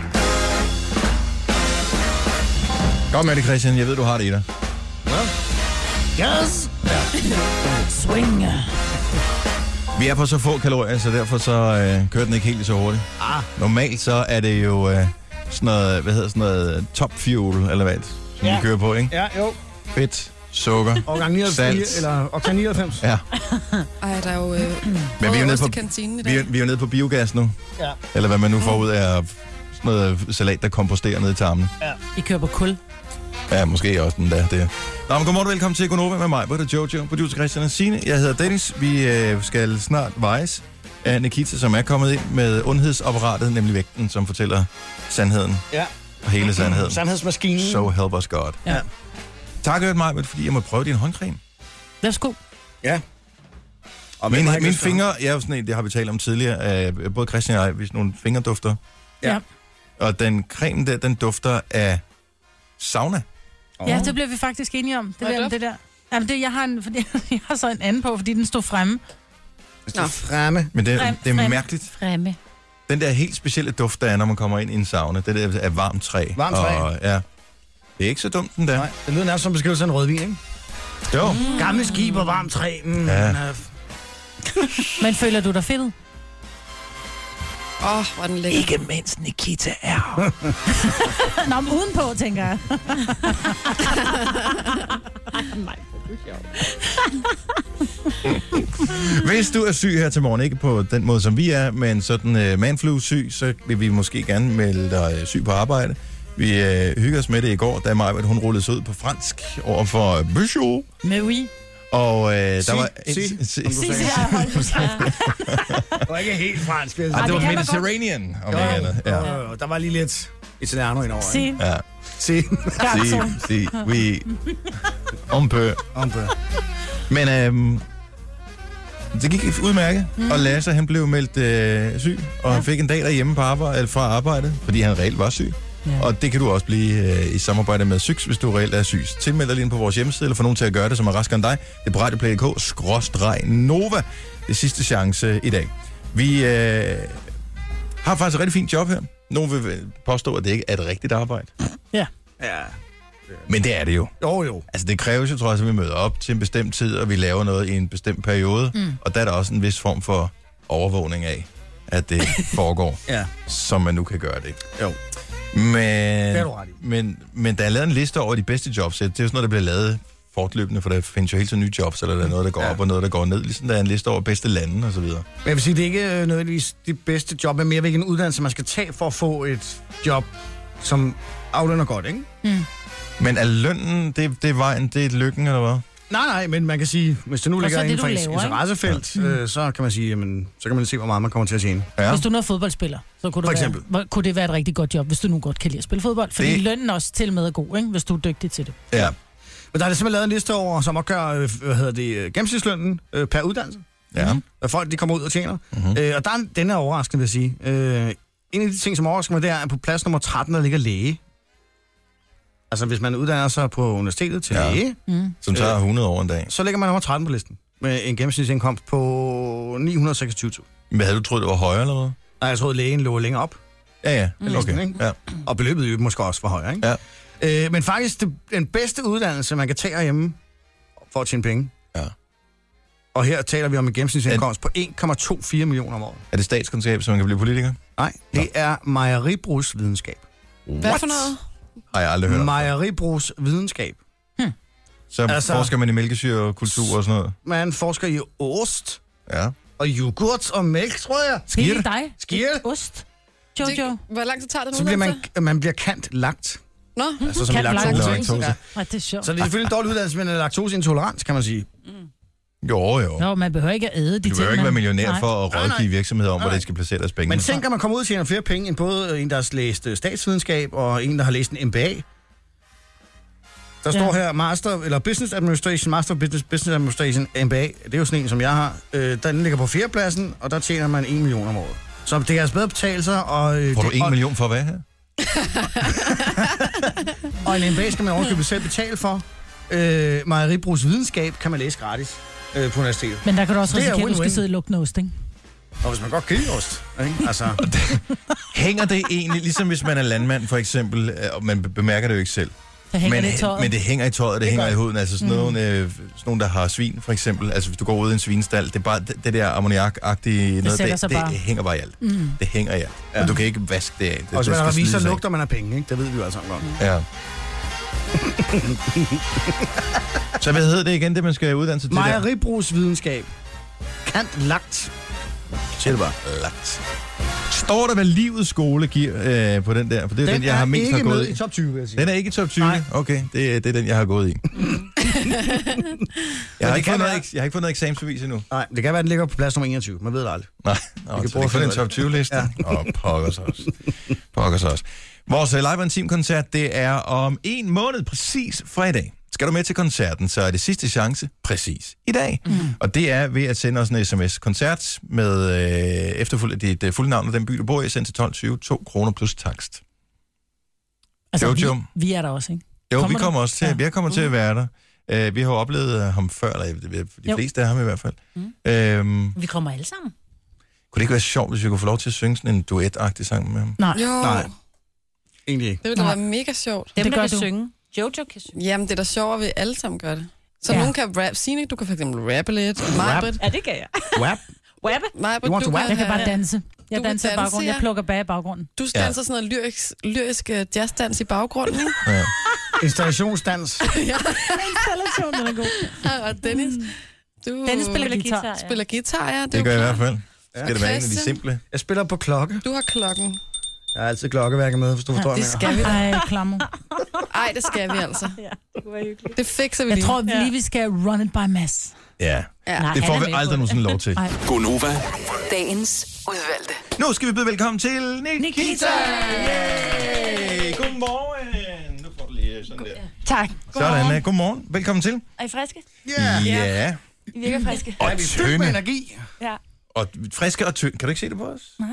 Kom med det, Christian. Jeg ved, du har det i dig. Ja. Yes! Ja. Swing. Vi er på så få kalorier, så derfor så øh, kører den ikke helt så hurtigt. Ah. Normalt så er det jo øh, sådan noget, hvad hedder sådan noget, top fuel, eller hvad, som ja. vi kører på, ikke? Ja, jo. Fedt, sukker, Årgang nioghalvfems, salt. eller årgang nioghalvfems. Ja. Ej, der er jo øh, Men vi er jo nede på, kantinen i vi er, dag. vi er jo nede på biogas nu. Ja. Eller hvad man nu får ud af sådan noget salat, der komposterer ned i tarmen. Ja. I kører på kul. Ja, måske også den der. Det. Nå, men godmorgen og velkommen til Gunova med mig, både Jojo, producer Christian og Signe. Jeg hedder Dennis. Vi øh, skal snart vejes af Nikita, som er kommet ind med undhedsapparatet, nemlig vægten, som fortæller sandheden. Ja. Og hele sandheden. Sandhedsmaskinen. So help us God. Ja. Tak, hørt mig, fordi jeg må prøve din håndcreme. Værsgo. Ja. Og min, mine fingre, jeg er jo sådan en, det har vi talt om tidligere, øh, både Christian og jeg, hvis nogle fingerdufter. Ja. Og den creme der, den dufter af sauna. Oh. Ja, det blev vi faktisk enige om. Det, der, det der. Jamen, det, jeg, har en, fordi, jeg har så en anden på, fordi den stod fremme. Den stod fremme. Men det, Frem, det er frem, mærkeligt. Fremme. Den der helt specielle duft, der er, når man kommer ind i en sauna, det der er varmt træ. Varmt træ. Og, ja. Det er ikke så dumt, den der. Nej, det lyder nærmest som beskrivelse af en rødvin, ikke? Jo. Mm. Gamle skib og varmt træ. Mm. Ja. Men føler du dig fedt? Åh, oh, hvor den lækker. Ikke mens Nikita er. Nå, men udenpå, tænker jeg. Nej, Hvis du er syg her til morgen, ikke på den måde, som vi er, men sådan uh, manflu-syg, så vil vi måske gerne melde dig syg på arbejde. Vi uh, hyggede os med det i går, da Maja, hun rullede sig ud på fransk over for Bijou. Mais oui. Og øh, der si, var... Si, si, si, si, Det var ikke helt fransk. Ah, det var Mediterranean, om ikke andet. Ja. Og der var lige lidt italiano indover. Si. Ja. Si. Si, si, oui. On peut. On peut. Men øhm, det gik udmærket, mm. og Lasse, han blev meldt øh, syg, og ja. han fik en dag derhjemme på arbejde, eller fra arbejde, fordi han reelt var syg. Ja. Og det kan du også blive øh, i samarbejde med Syks, hvis du reelt er syg. Tilmeld dig lige på vores hjemmeside, eller få nogen til at gøre det, som er raskere end dig. Det er på radioplay punktum d k skråstreg Nova. Det er sidste chance i dag. Vi øh, har faktisk et rigtig fint job her. Nogen vil påstå, at det ikke er et rigtigt arbejde. Ja. Ja. Men det er det jo. Jo, jo. Altså det kræves jo, tror jeg, at vi møder op til en bestemt tid, og vi laver noget i en bestemt periode. Mm. Og der er der også en vis form for overvågning af, at det foregår, ja. som man nu kan gøre det. Jo. Men, men, men der er lavet en liste over de bedste jobs. Det er jo sådan noget, der bliver lavet fortløbende, for der findes jo helt så nye jobs, eller der er noget, der går ja. op og noget, der går ned. Ligesom der er en liste over bedste lande og så videre. Men jeg vil sige, det er ikke nødvendigvis de bedste job, men mere hvilken uddannelse man skal tage for at få et job, som aflønner godt, ikke? Mm. Men er lønnen, det, det er vejen, det er lykken, eller hvad? Nej, nej, men man kan sige, hvis det nu ligger inden for et interessefelt, ja. øh, så kan man sige, jamen, så kan man se, hvor meget man kommer til at tjene. Ja. Hvis du nu er fodboldspiller, så kunne, for det eksempel. være, kunne det være et rigtig godt job, hvis du nu godt kan lide at spille fodbold. Fordi det... lønnen også til med er god, ikke? Hvis du er dygtig til det. Ja. Men der er simpelthen lavet en liste over, som opgør, øh, hvad hedder det, gennemsnitslønnen øh, per uddannelse. Ja. Hvad folk, de kommer ud og tjener. Mm-hmm. Øh, og der er, den er overraskende, vil jeg sige. Øh, en af de ting, som overrasker mig, det er, at på plads nummer tretten, der ligger læge. Altså, hvis man uddanner sig på universitetet til ja. læge, mm. som tager hundrede år en dag, så ligger man nummer tretten på listen, med en gennemsnitsindkomst på ni hundrede og seksogtyve tusind. Men havde du troet, det var højere, eller hvad? Nej, jeg troede, lægen lå længere op. Ja, ja. Listen, Okay. ikke? Ja. Og beløbet jo måske også var højere, ikke? Ja. Øh, men faktisk, det, den bedste uddannelse, man kan tage herhjemme for at tjene penge. Ja. Og her taler vi om en gennemsnitsindkomst på en komma fire millioner om året. Er det statskundskab, så man kan blive politiker? Nej, det Nå. er mejeribrugsvidenskab. Hvad for noget? Har jeg aldrig hørt om. Mejeribrugsvidenskab. Hmm. Så altså, forsker man i mælkesyrekultur og sådan noget? Man forsker i ost. Ja. Og yoghurt og mælk, tror jeg. Skir. Det er dig. Skir. Ost. Jojo. Det, hvor lang tid tager det nu? Så bliver man, man bliver kant lagt. Nå. Altså som i laktose. laktose. Ja. Ja, det er sjovt. Så det er selvfølgelig en dårlig uddannelse, men en laktoseintolerans, kan man sige. Mm. Jo, jo. Nå, man behøver ikke at æde de ting. Du behøver ikke være millionær nej. for at rådgive virksomheder om, hvor de skal placere deres penge. Men tænk, at man kommer ud og tjener flere penge, end både en, der har læst statsvidenskab, og en, der har læst en M B A. Der står her Master, eller Business Administration, Master of Business, Business Administration, M B A. Det er jo sådan en, som jeg har. Øh, den ligger på fjerdepladsen, og der tjener man en million om året. Så det kan altså bedre betale sig. Og, øh, Får du det, en og, million for at være her? og en M B A skal man overkøbet selv betale for. Øh, Mejeribrugs videnskab kan man læse gratis øh, på universitetet. Men der kan du også Det er risikere, at du skal win-win. sidde og lugte ost, ikke? Og hvis man godt kan lide ost, ikke? Altså, Hænger det egentlig, ligesom hvis man er landmand for eksempel, øh, og man bemærker det jo ikke selv. Så hænger men, det i tøjet. men det hænger i tøjet, det, det hænger i huden. Altså sådan, mm. nogle, øh, sådan nogle, der har svin for eksempel. Altså hvis du går ud i en svinstald, det er bare det, det der ammoniak-agtige noget, det, det, det hænger bare i alt. Mm. Det hænger i alt. Ja. Og du kan ikke vaske det af. Det, og hvis man har revisor, lugter man af penge, ikke? Det ved vi jo altså om. Ja. Så hvad hedder det igen, det man skal uddanne sig til der? Mejeribrugs videnskab. Kant lagt. Siger det bare. Lagt. Står der, hvad livets skole giver øh, på den der? For det er den, den jeg har mest har gået i. Den er ikke med i top tyve, vil jeg sige. Den er ikke i top tyve? Nej. Okay, det, det er den, jeg har gået i. jeg, har ikke fået noget, jeg har ikke fået noget eksamensbevis endnu. Nej, det kan være, den ligger på plads nummer enogtyve. Man ved det aldrig. Nej, Nå, det kan den top tyve-liste. Ja. Og pokker så også. Pokker så også. Vores uh, live intim-koncert, det er om en måned præcis fredag. Skal du med til koncerten, så er det sidste chance præcis i dag. Mm. Og det er ved at sende os en sms-koncert med øh, efterfulgt dit uh, fulde navn og den by, du bor i, send til tolv tyve, to kroner plus takst. Altså, Jojo. Vi, vi er der også, ikke? Jo, kommer vi kommer du? også til, ja. vi kommer til at være der. Uh, vi har jo oplevet uh, ham før, eller de jo. fleste af ham i hvert fald. Mm. Um, vi kommer alle sammen. Kunne det ikke være sjovt, hvis vi kunne få lov til at synge sådan en duet-agtig sang med ham? Nej. Jo. Nej. Egentlig ikke. Det ville da være mega sjovt. Dem, det der gør kan du. synge. Jojo kan synge. Jamen, det er da sjovt, at vi alle sammen gør det. Så Ja. nogen kan rap. Signe, du kan for eksempel rappe lidt. Majbrit. Ja, det kan jeg. Wap. Rappe? Majbrit, You want du to kan rap? Jeg kan bare have- danse. Jeg Du kan danser i danse, baggrunden. Jeg ja. plukker bag i baggrunden. Du Ja. danser sådan noget lyrisk, lyrisk uh, jazzdans i baggrunden. Ja. Installationsdans. Installationen er god. Og Dennis, du Dennis spiller guitar. guitar, ja. spiller guitar, ja. Det, Det er gør jo jeg i klart. hvert fald. Skal det være en af de Christian. simple? Jeg spiller på klokke. Du har klokken. Jeg har altid klokkeværket med, hvis du forstår Det mig. skal vi da. Ej, klammer. Ej, det skal vi altså. Ja, det var hyggeligt. Det fikser vi Jeg lige. tror lige, vi skal run it by Mads. Ja. Ja. Nej, Det får han er vi med aldrig på nogensinde lov til. Nej. Gonova. Dagens udvalgte. Nu skal vi byde velkommen til Nikita! Yay! Godmorgen! Nu får du lige sådan der. Tak. Sådan, uh, godmorgen. Velkommen til. Er I friske? Ja. Ja. I virker friske. Og Er vi fyldt med tynde. energi? Ja. Og friske og tynde. Kan du ikke se det på os? Nej.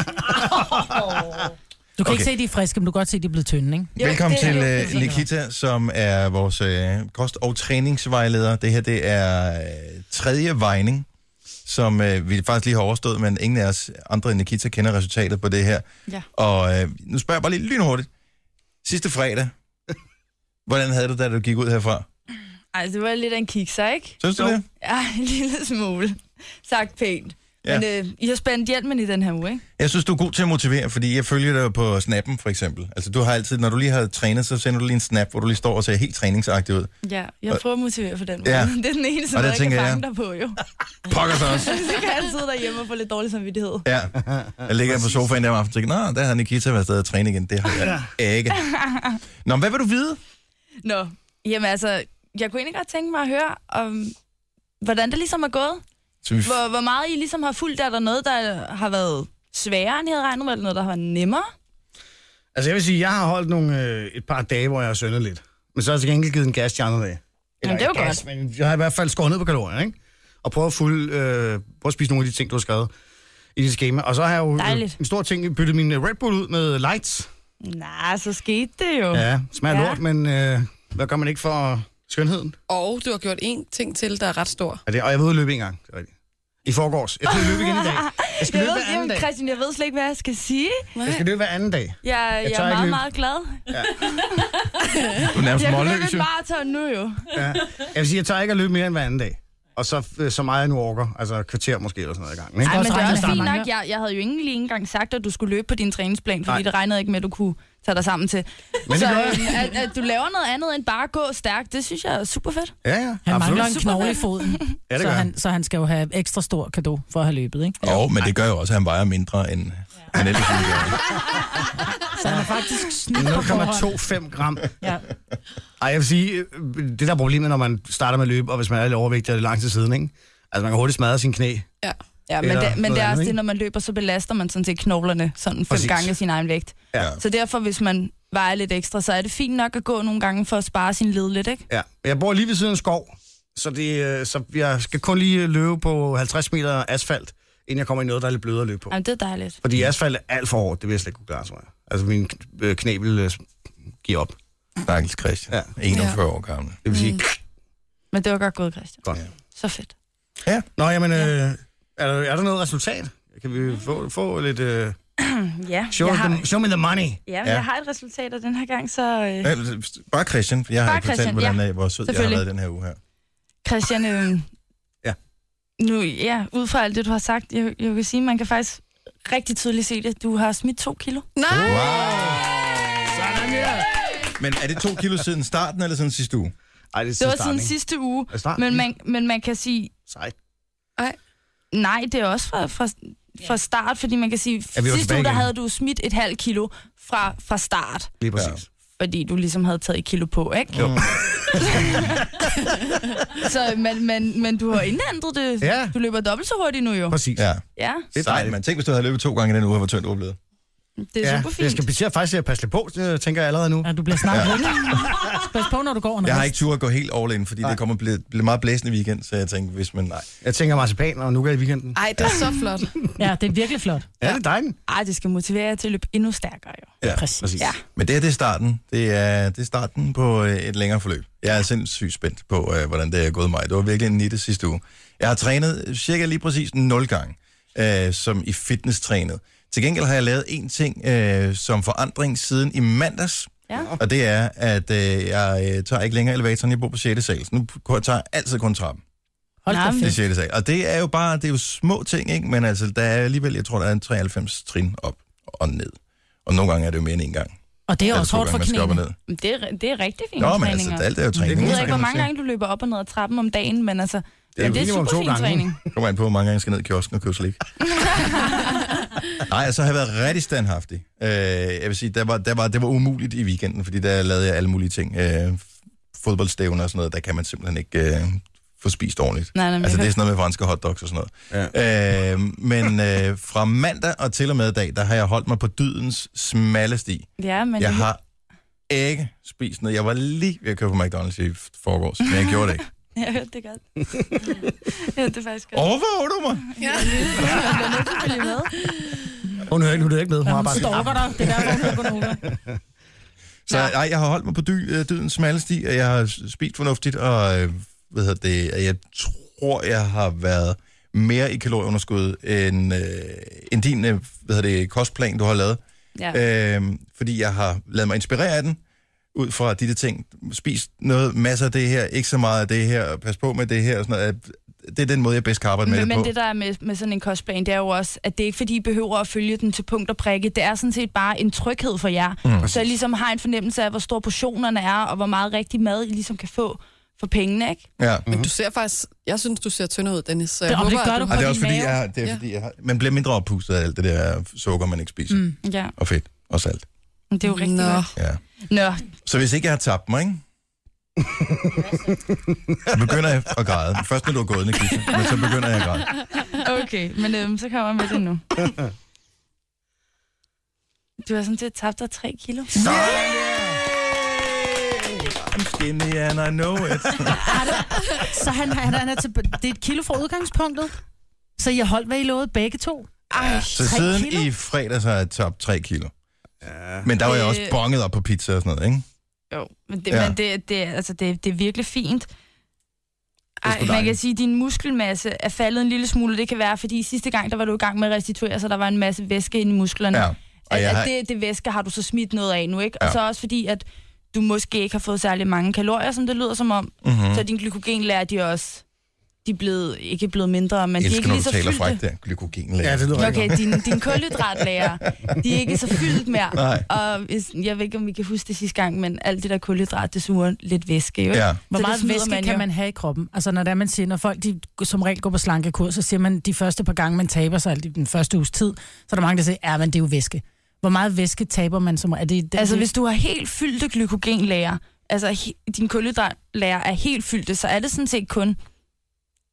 Du kan Okay. ikke se, at de er friske, men du kan godt se, at de er blevet tynde, ikke? Jo, Velkommen det er til jo- uh, det er Nikita, som er vores uh, kost- og træningsvejleder. Det her, det er uh, tredje vejning, som uh, vi faktisk lige har overstået, men ingen af os andre end Nikita kender resultatet på det her. Ja. Og uh, nu spørger jeg bare lige lynhurtigt. Sidste fredag, hvordan havde du, da du gik ud herfra? Ej, det var lidt af en kikser, ikke? Synes du det? Ja, en lille smule. Sagt pænt. Ja. Men øh, I har spændt hjelmen i den her uge, ikke? Jeg synes, du er god til at motivere, fordi jeg følger dig på snappen, for eksempel. Altså, du har altid, når du lige har trænet, så sender du lige en snap, hvor du lige står og ser helt træningsagtig ud. Ja, jeg prøver at motivere på den måde. Ja. Ja. Det er den eneste Og det måde, jeg tænker kan jeg. fange dig på, jo. Pokker så også. Så kan jeg sidde derhjemme og få lidt dårlig samvittighed. Ja. Jeg ligger på sofaen der om aftenen og tænker, nå, der har Nikita været stadig at træne igen. Det har jeg ikke. Nå, men hvad vil du vide? Nå, jamen altså, jeg kunne egentlig godt tænke mig at høre, om, hvordan det ligesom er gået. Så vi f- Hvor, hvor meget I ligesom har fulgt. Er der noget, der har været sværere, end I havde regnet med, eller noget, der har været nemmere? Altså, jeg vil sige, jeg har holdt nogle, øh, et par dage, hvor jeg har sønnet lidt. Men så har jeg til gengæld givet en gas de andre dage. Jamen, det er jo ikke gas, godt. Men jeg har i hvert fald skåret ned på kalorierne, ikke? Og prøvet at, fuld, øh, prøve at spise nogle af de ting, du har skrevet i dit schema. Og så har jeg jo øh, Dejligt. en stor ting, byttet min Red Bull ud med lights. Nej, så skete det jo. Ja, smager Ja. lort, men øh, hvad gør man ikke for skønheden? Og du har gjort én ting til, der er ret stor. Ja, det, og jeg var ude at løbe en gang. Det er rigtigt. I forgårs. Jeg skal løbe igen i dag. Jeg skal Jeg løbe ved, hver anden jamen, dag. Christian, jeg ved slet ikke, hvad jeg skal sige. Jeg skal løbe hver anden dag. Jeg, jeg, tør jeg er ikke meget, løbe. meget glad. Du er nærmest Jeg kan løbe målløs, et jo. maraton nu, jo. Ja. Jeg vil sige, jeg tager ikke at løbe mere end hver anden dag. Og så, øh, så meget jeg nu orker. Altså et kvarter måske eller sådan noget i gang. Ikke? Ej, men også det er regne også med, fint at der er nok. Jeg, jeg havde jo ikke lige engang sagt, at du skulle løbe på din træningsplan, fordi Nej. det regnede ikke med, at du kunne tage dig sammen til. Men så det gør jeg. øhm, at, at du laver noget andet end bare at gå stærkt, det synes jeg er super fedt. Ja, ja. Han absolut. mangler en knogle i foden, Ja, det så, gør han. han, så han skal jo have ekstra stor cadeau for at have løbet, ikke? Jo, men det gør jo også, at han vejer mindre, end han ellers ville gøre. Så han er faktisk snydt på nul komma forhånd. toogtyve gram. Ja. Ej, jeg vil sige, øh, det der er problemet, når man starter med at løbe, og hvis man er lidt overvægtig, og det er lang tid siden, ikke? Altså, man kan hurtigt smadre sin knæ. Ja. Ja, men, Eller det, men noget det er andet, også det, ikke? når man løber, så belaster man sådan set knoglerne sådan fem Præcis. gange sin egen vægt. Ja. Så derfor, hvis man vejer lidt ekstra, så er det fint nok at gå nogle gange for at spare sin led lidt, ikke? Ja, jeg bor lige ved siden af en skov, så, det, øh, så jeg skal kun lige løbe på halvtreds meter asfalt, inden jeg kommer i noget, der er lidt blødere at løbe på. Jamen, det er dejligt. Fordi asfalt er alt for hårdt, det vil jeg slet ikke kunne klare, tror jeg. Altså, min øh, knæ vil øh, give op. Stakkels Christian. Ja. enogfyrre år gammel. Det vil sige... Mm. Men det var godt gået, Christian. Godt. Så fedt. Ja. Nå, jamen, øh, er, der, er der noget resultat? Kan vi få, få lidt... Øh, Ja, show, jeg har, them, show me the money. ja, men Ja. jeg har et resultat, og den her gang, så... Øh, Ja, bare Christian, for jeg har Bare ikke fortalt, Christian, hvordan ja. ja. hvor sød jeg har Selvfølgelig. været den her uge her. Christian, øh, Ja. nu, ja, ud fra alt det, du har sagt, jeg, jeg vil sige, man kan faktisk rigtig tydeligt se det. Du har smidt to kilo. Nej! Wow! Sådan der! Men er det to kilo siden starten, eller siden sidste uge? Ej, det er Det var starten, siden ikke? sidste uge, Er starten? men man, men man kan sige, Sejt. nej, det er også fra, fra, fra start, fordi man kan sige, Er vi jo sidste tilbage uge, der igen? havde du smidt et halvt kilo fra, fra start, Lige præcis. Ja. fordi du ligesom havde taget et kilo på, ikke? Jo. Så, men, men, men du har indændret det. Ja. Du løber dobbelt så hurtigt nu jo. Præcis. Ja. Ja, Det er Sejt, dejligt. man. Tænk, hvis du havde løbet to gange i den uge, hvor tyndt du var blevet. det er Ja, super jeg fint. skal betyde faktisk at passe lidt på, det tænker jeg allerede nu. Ja, du bliver snart Ja. ja. Pas på, når du går en Jeg har rest. ikke tur at gå helt all in, fordi Nej. det kommer blive, blive meget blæsende weekend, så jeg tænkte, hvis man nej. Jeg tænker marcipan og nougat i weekenden. Ej, det er så flot. Ja, det er virkelig flot. Ja, det er dejligt. Ej, det skal motivere jer til at løbe endnu stærkere, jo. Ja, Præcis. præcis. Ja. Men det her, det er starten. Det er, det er starten på øh, et længere forløb. Jeg er sindssygt spændt på, øh, hvordan det er gået mig. Det var virkelig en nitte sidste uge. Jeg har trænet cirka lige præcis nul gange, øh, som i fitness-trænet. Til gengæld har jeg lavet en ting øh, som forandring siden i mandags. Ja. Og det er, at øh, jeg øh, tager ikke længere elevatoren, jeg bor på sjette sal. Så nu tager jeg altid kun trappen. Hold da Nej, men- fedt. Det sjette sal. Og det er jo bare, det er jo små ting, ikke? Men altså, der er alligevel, jeg tror, der er en treoghalvfems trin op og ned. Og nogle gange er det jo mere end en gang. Og det er Eller også to hårdt for gange, man skal op og knæene. ned. Men Det er, det er rigtig fine Nå, men træninger. altså, alt er jo træning. Jeg ved kan ikke, hvor man mange sige. gange du løber op og ned ad trappen om dagen, men altså, er men jo det er minimum super to fin gange. træning. Kommer an på, hvor mange gange jeg skal ned i kiosken og købe slik. Nej, altså har jeg været rigtig standhaftig. Øh, jeg vil sige, der var, der var, det var umuligt i weekenden, fordi der lavede jeg alle mulige ting. Øh, fodboldstævner og sådan noget, der kan man simpelthen ikke øh, få spist ordentligt. Nej, nej, men Altså jeg det er kan- sådan noget med franske hotdogs og sådan noget. Ja. Øh, men øh, fra mandag og til og med i dag, der har jeg holdt mig på dydens smalle sti. Ja, men Jeg det- har ikke spist noget. Jeg var lige ved at købe på McDonald's i forgårs, men jeg gjorde det ikke. Jeg hørte det godt. Jeg hørte det faktisk godt. Overvåger du mig? Ja, jeg bliver nødt til at følge med. Hun er ikke, hun er ikke med. Hun Ja, har hun bare stalker dig. Det er derfor, hun er Så ej, jeg har holdt mig på dy, øh, dydens smalle sti, og jeg har spist fornuftigt, og øh, hvad hedder det, og jeg tror, jeg har været mere i kalorieunderskud end, øh, end din øh, hvad hedder det, kostplan, du har lavet. Ja. Øh, fordi jeg har lavet mig inspirere af den, ud fra de der ting. Spis noget, masser af det her, ikke så meget af det her, pas på med det her, og sådan noget. Det er den måde, jeg bedst kan arbejde med Men, det men på. det der er med, med sådan en kostplan, det er jo også, at det ikke fordi, I behøver at følge den til punkt og prikke. Det er sådan set bare en tryghed for jer. Mm. Så jeg ligesom har en fornemmelse af, hvor store portionerne er, og hvor meget rigtig mad I ligesom kan få for pengene, ikke? Ja. Men du ser faktisk... Jeg synes, du ser tynd ud, Dennis. Så jeg Det- og håber, det gør at du du Og har det er også din fordi, mave. jeg, det er, Ja. fordi jeg har, man bliver mindre oppustet af alt det der sukker, man ikke spiser. Mm. Ja. Og fedt og salt. Men det er jo rigtig Nå. godt. Ja. Nå, Så hvis ikke jeg har tabt mig, ikke? så begynder jeg at græde. Først når du er gået, Nikita, men så begynder jeg at græde. okay, men øhm, så kommer jeg med det nu. Du har sådan set tabt dig tre kilo. I'm skinny and I know it. Så han, han, han er til, det er et kilo fra udgangspunktet. Så I har holdt, hvad I lovede begge to. Ej, Så tre siden kilo? i fredags har jeg tabt tre kilo. Men der var jeg også Øh. bonget op på pizza og sådan noget, ikke? Jo, men det, Ja. ja. men det, det, altså, det, det er virkelig fint. sgu Ej, man dejligt. kan sige, at din muskelmasse er faldet en lille smule. Det kan være, fordi sidste gang, der var du i gang med at restituere, så der var en masse væske inde i musklerne. Ja. Og At, jeg at har- det, det væske har du så smidt noget af nu, ikke? Ja. Og så også fordi, at du måske ikke har fået særlig mange kalorier, som det lyder som om. Mhm. Så din glykogenlærer, de er også... De er blevet, ikke blevet mindre, men Jeg de er elsker, ikke når lige du så taler fyldte. frækt der. Glykogenlæger. Ja, det lyder rigtig Okay, godt. din, din kulhydratlager, de er ikke så fyldt mere. Nej. Og hvis, jeg ved ikke, om vi kan huske det sidste gang, men alt det der kulhydrat, det suger lidt væske, jo. ikke? Ja. Hvor Så meget det smider væske man kan jo. man have i kroppen? Altså når det er, man siger, når folk de som regel går på slankekur, så siger man, de første par gange, man taber sig, altså den første uges tid, så er der mange, der siger, ja, men det er jo væske. Hvor meget væske taber man som... Er det, det, Altså, det, hvis du har helt fyldte glykogenlager, altså he, din kulhydratlager er helt fyldte, så er det sådan set kun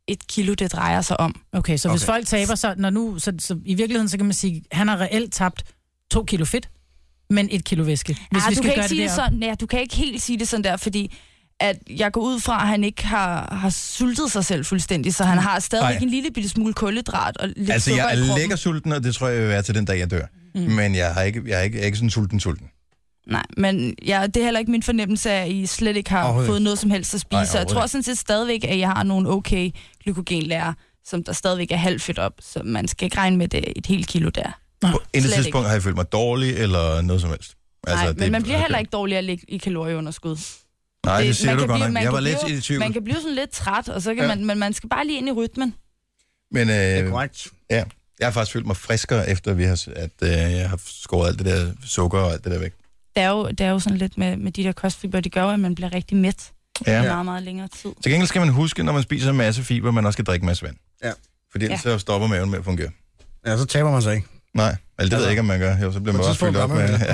et kilo, det drejer sig om. Okay, så hvis Okay. folk taber sig, når nu, så, så i virkeligheden, så kan man sige, han har reelt tabt to kilo fedt, men et kilo væske. Hvis Ja, vi du skal kan gøre ikke sige det derop. sådan, ja, du kan ikke helt sige det sådan der, fordi at jeg går ud fra, at han ikke har, har sultet sig selv fuldstændig, så han har stadig Nej. en lille bitte smule kulhydrat og lidt Altså, sukker jeg i er kroppen. lækker sulten, og det tror jeg, jeg vil være til den dag, jeg dør. Mm. Men jeg, har ikke, jeg, er ikke, jeg er ikke sådan sulten-sulten. Nej, men ja, det er heller ikke min fornemmelse af, at I slet ikke har Overhovedet fået noget som helst at spise. Nej, Så jeg tror sådan set stadigvæk, at jeg har nogle okay glykogenlærer, som der stadigvæk er halvfedt op, så man skal ikke regne med det et helt kilo der. På intet Slet tidspunkt ikke. har jeg følt mig dårlig, eller noget som helst. Altså, Nej, men det- man bliver heller ikke dårlig at ligge i kalorieunderskud. Nej, det, det siger man du kan godt blive- nok. man Jeg kan var lidt blive- i tvivl. Man kan blive sådan lidt træt, og så kan Ja. ja. man, men man skal bare lige ind i rytmen. Men øh, Det er korrekt. ja, jeg har faktisk følt mig friskere, efter vi har, at øh, jeg har skåret alt det der sukker og alt det der væk. Det er jo, det er jo sådan lidt med, med de der kostfiber, det gør jo, at man bliver rigtig mæt Ja. i meget, meget længere tid. Til gengæld skal man huske, når man spiser en masse fiber, man også skal drikke en masse vand. Ja. Fordi ellers så stopper maven med at fungere. Ja, så taber man sig ikke. Nej, altså, det ved jeg ikke, om man gør. Jo, så bliver man På et også fyldt op tidspunkt med... gør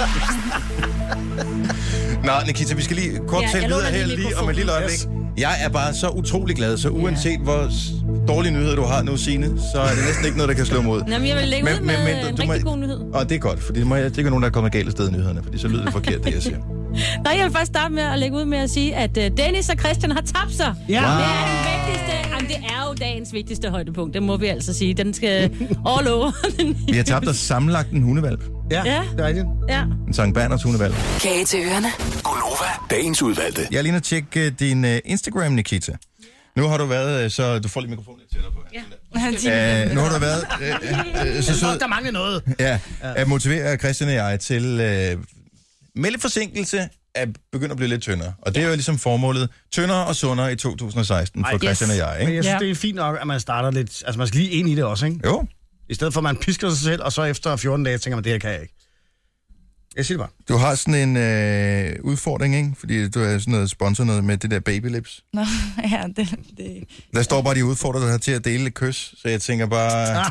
Ja. Nå, Nikita, vi skal lige kort Ja, tale jeg videre låner her lige lige om et lille øjeblik. Yes. Jeg er bare så utrolig glad, så uanset hvor s- dårlige nyheder du har nu, Signe, så er det næsten ikke noget, der kan slå mod. Nå, men jeg vil lægge Men- ud men- med men du- en du må- rigtig god nyhed. Og det er godt, fordi det, må, det er nogen, der er kommet galt af sted i nyhederne, fordi så lyder det forkert, det jeg siger. Nej, jeg vil faktisk starte med at lægge ud med at sige, at uh, Dennis og Christian har tabt sig. Ja. Det er den vigtigste. Jamen, det er jo dagens vigtigste højdepunkt. Det må vi altså sige. Den skal all over. Vi har tabt os sammenlagt en hundevalp. Ja, Ja. det er rigtigt. Ja. En Sankt Berners hundevalp. Kage til ørerne. Gonova, dagens udvalgte. Jeg er lige at tjekke din uh, Instagram, Nikita. Nu har du været, øh, så du får lige mikrofonen lidt tættere på. Ja. Uh, nu har du været uh, uh, så sød Der mangler noget. ja, at motivere Christian og jeg til uh, med lidt forsinkelse at begynde at blive lidt tyndere. Og det er jo ligesom formålet. Tyndere og sundere i to tusind og seksten for Ej, Christian yes. og jeg, Men ikke? jeg synes, Ja. det er fint nok, at man starter lidt... Altså, man skal lige ind i det også, ikke? Jo. I stedet for, at man pisker sig selv, og så efter fjorten dage tænker man, det her kan jeg ikke. Jeg siger det bare. Du har sådan en øh, udfordring, ikke? Fordi du er sådan noget sponsor noget med det der babylips. Nå, ja, det, det... Der står bare, de udfordrer dig til at dele et kys. Så jeg tænker bare...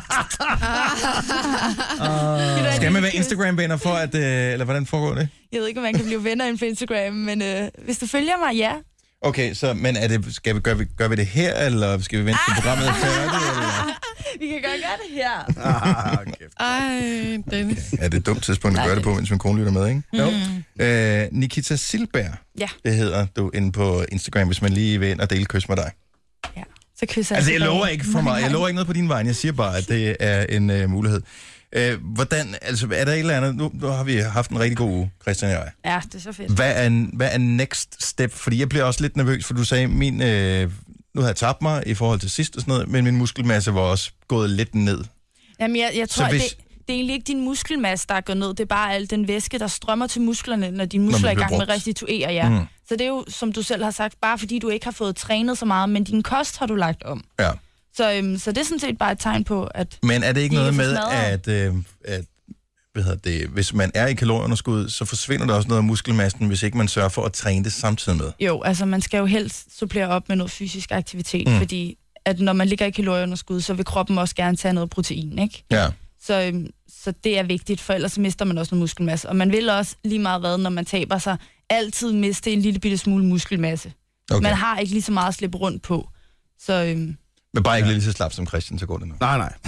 Uh, Skal man være Instagram-venner for at... Øh, eller hvordan foregår det? Jeg ved ikke, om man kan blive venner inden på Instagram, men øh, hvis du følger mig, ja. Okay, så, men er det, skal vi, gør, vi, gør vi det her, eller skal vi vente til programmet er færdigt? Eller? Vi kan godt gøre det her. Ah, kæft. Ej, Dennis. Ja, det er et dumt tidspunkt at gøre det på, mens min kone lytter med, ikke? Jo. Øh, Nikita Silberg, Ja. det hedder du inde på Instagram, hvis man lige vil ind og dele kys med dig. Ja, så kysser Altså, jeg tilbage. lover ikke for mig. Jeg lover ikke noget på din vej. Jeg siger bare, at det er en uh, mulighed. Uh, hvordan, altså, er der et eller andet... Nu, nu har vi haft en rigtig god uge, Christian og jeg. Ja, det er så fedt. Hvad er, hvad er next step? Fordi jeg bliver også lidt nervøs, for du sagde, min... Øh, nu har jeg tabt mig i forhold til sidst og sådan noget, men min muskelmasse var også gået lidt ned. Jamen, jeg, jeg tror, hvis- hvis... det, det er egentlig ikke din muskelmasse, der går ned. Det er bare al den væske, der strømmer til musklerne, når dine muskler er i bliver gang med at brugt. restituere, ja. Mm. Mm. Så det er jo, som du selv har sagt, bare fordi du ikke har fået trænet så meget, men din kost har du lagt om. Ja. Så, øhm, så det er sådan set bare et tegn på, at... Men er det ikke De er noget for med, smadret. at, øh, at hvad hedder det, hvis man er i kalorieunderskud, så forsvinder der også noget af muskelmassen, hvis ikke man sørger for at træne det samtidig med? Jo, altså man skal jo helst supplere op med noget fysisk aktivitet, Mm. mm. fordi at når man ligger i kalorieunderskud, så vil kroppen også gerne tage noget protein, ikke? Ja. Så, øhm, så det er vigtigt, for ellers så mister man også noget muskelmasse. Og man vil også lige meget hvad, når man taber sig, altid miste en lille bitte smule muskelmasse. Okay. Man har ikke lige så meget at slippe rundt på. Så øhm, Men bare ikke lige så slap som Christian, så går det nok. Nej, nej.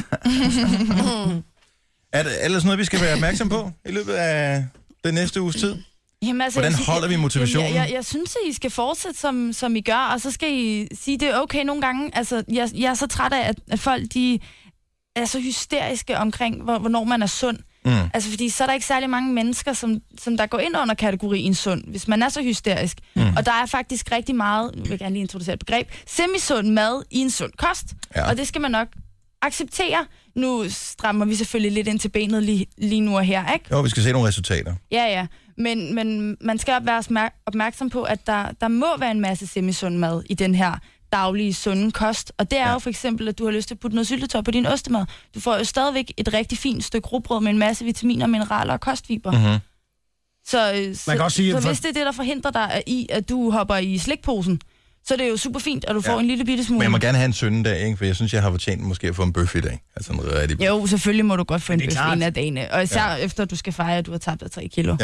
Er det ellers noget, vi skal være opmærksom på i løbet af den næste uges tid? jamen, altså, Hvordan jeg synes- holder vi motivationen? Jamen, jeg, jeg, jeg synes, at I skal fortsætte, som, som I gør, og så skal I sige, det er okay nogle gange. Altså, jeg, jeg er så træt af, at, at folk de er så hysteriske omkring, hvor, hvornår man er sund. Mm. Altså, fordi så er der ikke særlig mange mennesker, som, som der går ind under kategorien sund, hvis man er så hysterisk. Mm. Og der er faktisk rigtig meget, nu vil jeg gerne lige introducere et begreb, semisund mad i en sund kost. Ja. Og det skal man nok acceptere. Nu strammer vi selvfølgelig lidt ind til benet lige, lige nu og her, ikke? Jo, vi skal se nogle resultater. Ja, ja. Men, men man skal være smær- opmærksom på, at der, der må være en masse semisund mad i den her daglige sunde kost. Og det er Ja. jo for eksempel, at du har lyst til at putte noget syltetøj på din ostemad. Du får jo stadigvæk et rigtig fint stykke rugbrød med en masse vitaminer, mineraler og kostfiber. Mm-hmm. Så, øh, så, kan også sige, så at for- hvis det er det, der forhindrer dig i, at du hopper i slikposen, så er det jo super fint, at du Ja. får en lille bitte smule. Men jeg må gerne have en søndag, ikke? For jeg synes, jeg har fortjent måske at få en bøf i dag. Altså en rigtig... Jo, selvfølgelig må du godt få en det er bøf klart. en af dagene. Og især Ja. ja. efter, du skal fejre, at du har tabt dig tre kilo. Ja.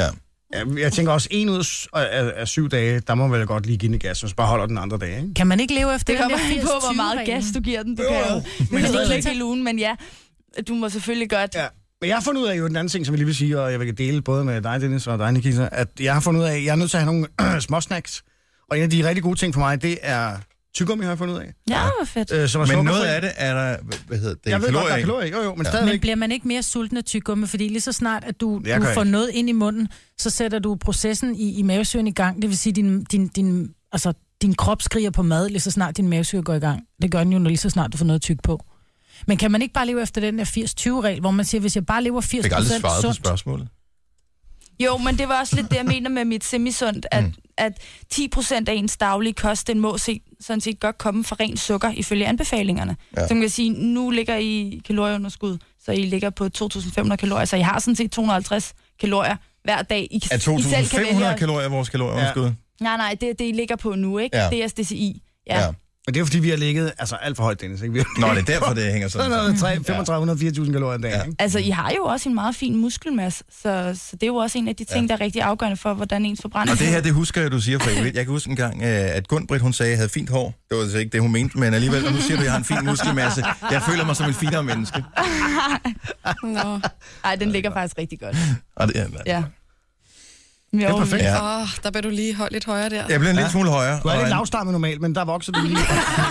Ja, jeg tænker også, en ud af, af, af syv dage, der må vel godt lige give den gas, hvis bare holder den andre dag, ikke? Kan man ikke leve efter Det den kommer der ikke på, hvor meget gas du giver den. Du kan jo men det stadigvæk. ikke i lugen, men ja, du må selvfølgelig godt. Ja. Men jeg har fundet ud af jo den anden ting, som jeg lige vil sige, og jeg vil dele både med dig, Dennis, og dig, Nikita, at jeg har fundet ud af, at jeg er nødt til at have nogle små snacks. Og en af de rigtig gode ting for mig, det er tyggegummi, har jeg fundet ud af. Ja, hvor fedt. Øh, som er Men noget sukkerfri. af det er der, hvad hedder det, Jeg ved godt, der er kalorier i. kalorier i. Jo, jo, men Ja. stadigvæk. Men bliver man ikke mere sulten af tyggegummi? Fordi lige så snart, at du, Jeg du gør får ikke. noget ind i munden, så sætter du processen i, i mavesyren i gang. Det vil sige, din, din, din, altså, din krop skriger på mad, lige så snart din mavesyre går i gang. Det gør den jo, når lige så snart du får noget tyk på. Men kan man ikke bare leve efter den der firs tyve regel, hvor man siger, hvis jeg bare lever firs Jeg fik aldrig procent svaret på sundt... spørgsmålet. Jo, men det var også lidt det, jeg mener med mit semisundt, at, mm. at ti procent af ens daglige kost, den må se, sådan set godt komme fra ren sukker, ifølge anbefalingerne. Ja. Så man kan sige, nu ligger I i kalorieunderskud, så I ligger på to tusind fem hundrede kalorier, så I har sådan set to hundrede og halvtreds kalorier hver dag. I, Er to I tusind selv kan fem hundrede vælge- kalorier vores kalorieunderskud? Ja. Nej, nej, det er det, I ligger på nu, ikke? Ja. Ja. Det er S D C I. Ja. Ja. Men det er jo fordi, vi har ligget altså, alt for højt, Dennis. Ikke? Vi har... Nå, det er derfor, det hænger sådan. Sådan noget tre- femogtredive hundrede til fire tusind kalorier en dag. Ja. Ikke? Altså, I har jo også en meget fin muskelmasse, så, så det er jo også en af de ting, ja. der er rigtig afgørende for, hvordan ens forbrænding... Og det her, det husker jeg, du siger, for jeg kan huske en gang, at Gunn-Britt, hun sagde, at jeg havde fint hår. Det var altså ikke det, hun mente, men alligevel, og nu siger du, at jeg har en fin muskelmasse. Jeg føler mig som et finere menneske. Nå. Ej, den ligger faktisk rigtig godt. Og det, Ja. Det er perfekt. Ja. Åh, oh, der bliver du lige holdt lidt højere der. Jeg bliver en lille smule højere. Du er og lidt en- lavstammet normalt, men der vokser du lige.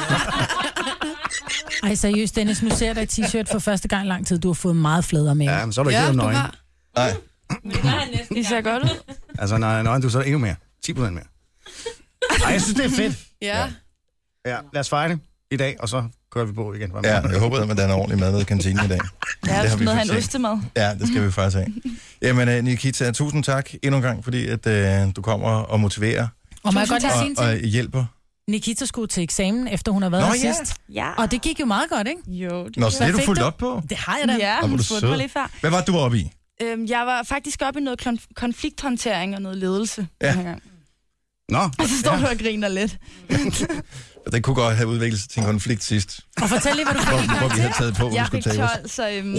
Ej, seriøst, Dennis, nu ser jeg dig i t-shirt for første gang i lang tid. Du har fået meget fladere med. Ja, men så er du ikke Ja, helt du nøgen. har. Nej. Det ser godt ud. Altså, når nøgen, du er så endnu mere. ti procent mere. Ej, jeg synes, det er fedt. Ja. Ja, lad os fejre det i dag, og så kører vi på igen. Ja, jeg håber, at der er ordentlig mad ved kantinen i dag. Ja, Det du har vi skal have en fortjent. ostemad. Ja, det skal vi faktisk have. Jamen, uh, Nikita, tusind tak endnu en gang, fordi at, uh, du kommer og motiverer Og må jeg godt lige sige en og, ting? og hjælper. Nikita skulle til eksamen, efter hun har været Nå, her ja. sidst. Ja. Og det gik jo meget godt, ikke? Jo, det Nå, så det er Hvad du fik fuldt du? op på. Det har jeg da. Ja, Og hvor hun du spurgte mig sød. lige før. Hvad var det, du oppe i? Øhm, jeg var faktisk oppe i noget konf- konflikthåndtering og noget ledelse. Ja. den her gang. Nå, Og så står du og griner lidt. Det kunne godt have udviklet sig til en konflikt sidst, Og fortæl lige, hvad du fik. hvor, hvor vi havde taget på, hvor vi Jeg skulle fik tage os. tolv, så, øhm, Wow!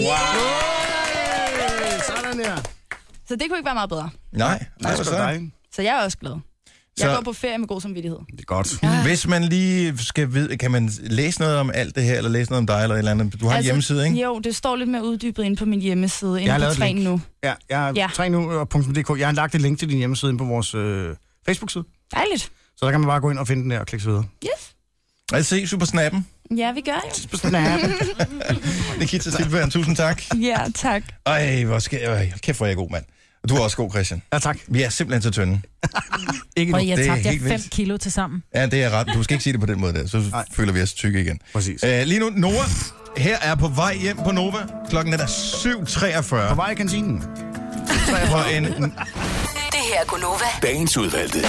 Sådan der. så det kunne ikke være meget bedre. Nej, Nej, nej, det så. er dig. Så jeg er også glad. Jeg Så- går på ferie med god samvittighed. Det er godt. Ja. Hvis man lige skal vide, kan man læse noget om alt det her, eller læse noget om dig, eller et eller andet? Du har altså, en hjemmeside, ikke? Jo, det står lidt mere uddybet inde på min hjemmeside, Jeg inde har på lavet et Træn link. nu. Ja, jeg har Ja. træn nu punktum d k. Jeg har lagt et link til din hjemmeside inde på vores øh, Facebook-side. Dejligt. Så der kan man bare gå ind og finde den der og klikke videre. Yes. Og ses på snappen. Ja, vi gør jo. På Snap. Nikita Silberg, tusind tak. Ja, tak. Ej, hvor skal jeg... Kæft, hvor er jeg god, mand. Og du er også god, Christian. Ja, tak. Vi er simpelthen så tynde. Ikke Og nu. jeg Det er tabte jeg helt fem vildt. kilo til sammen. Ja, det er ret. Du skal ikke sige det på den måde der, så Nej. føler vi os tykke igen. Præcis. Uh, lige nu, Nova, her er på vej hjem på Nova. Klokken er syv treogfyrre. På vej i kantinen. På en, Det her er Gunova. Dagens udvalgte.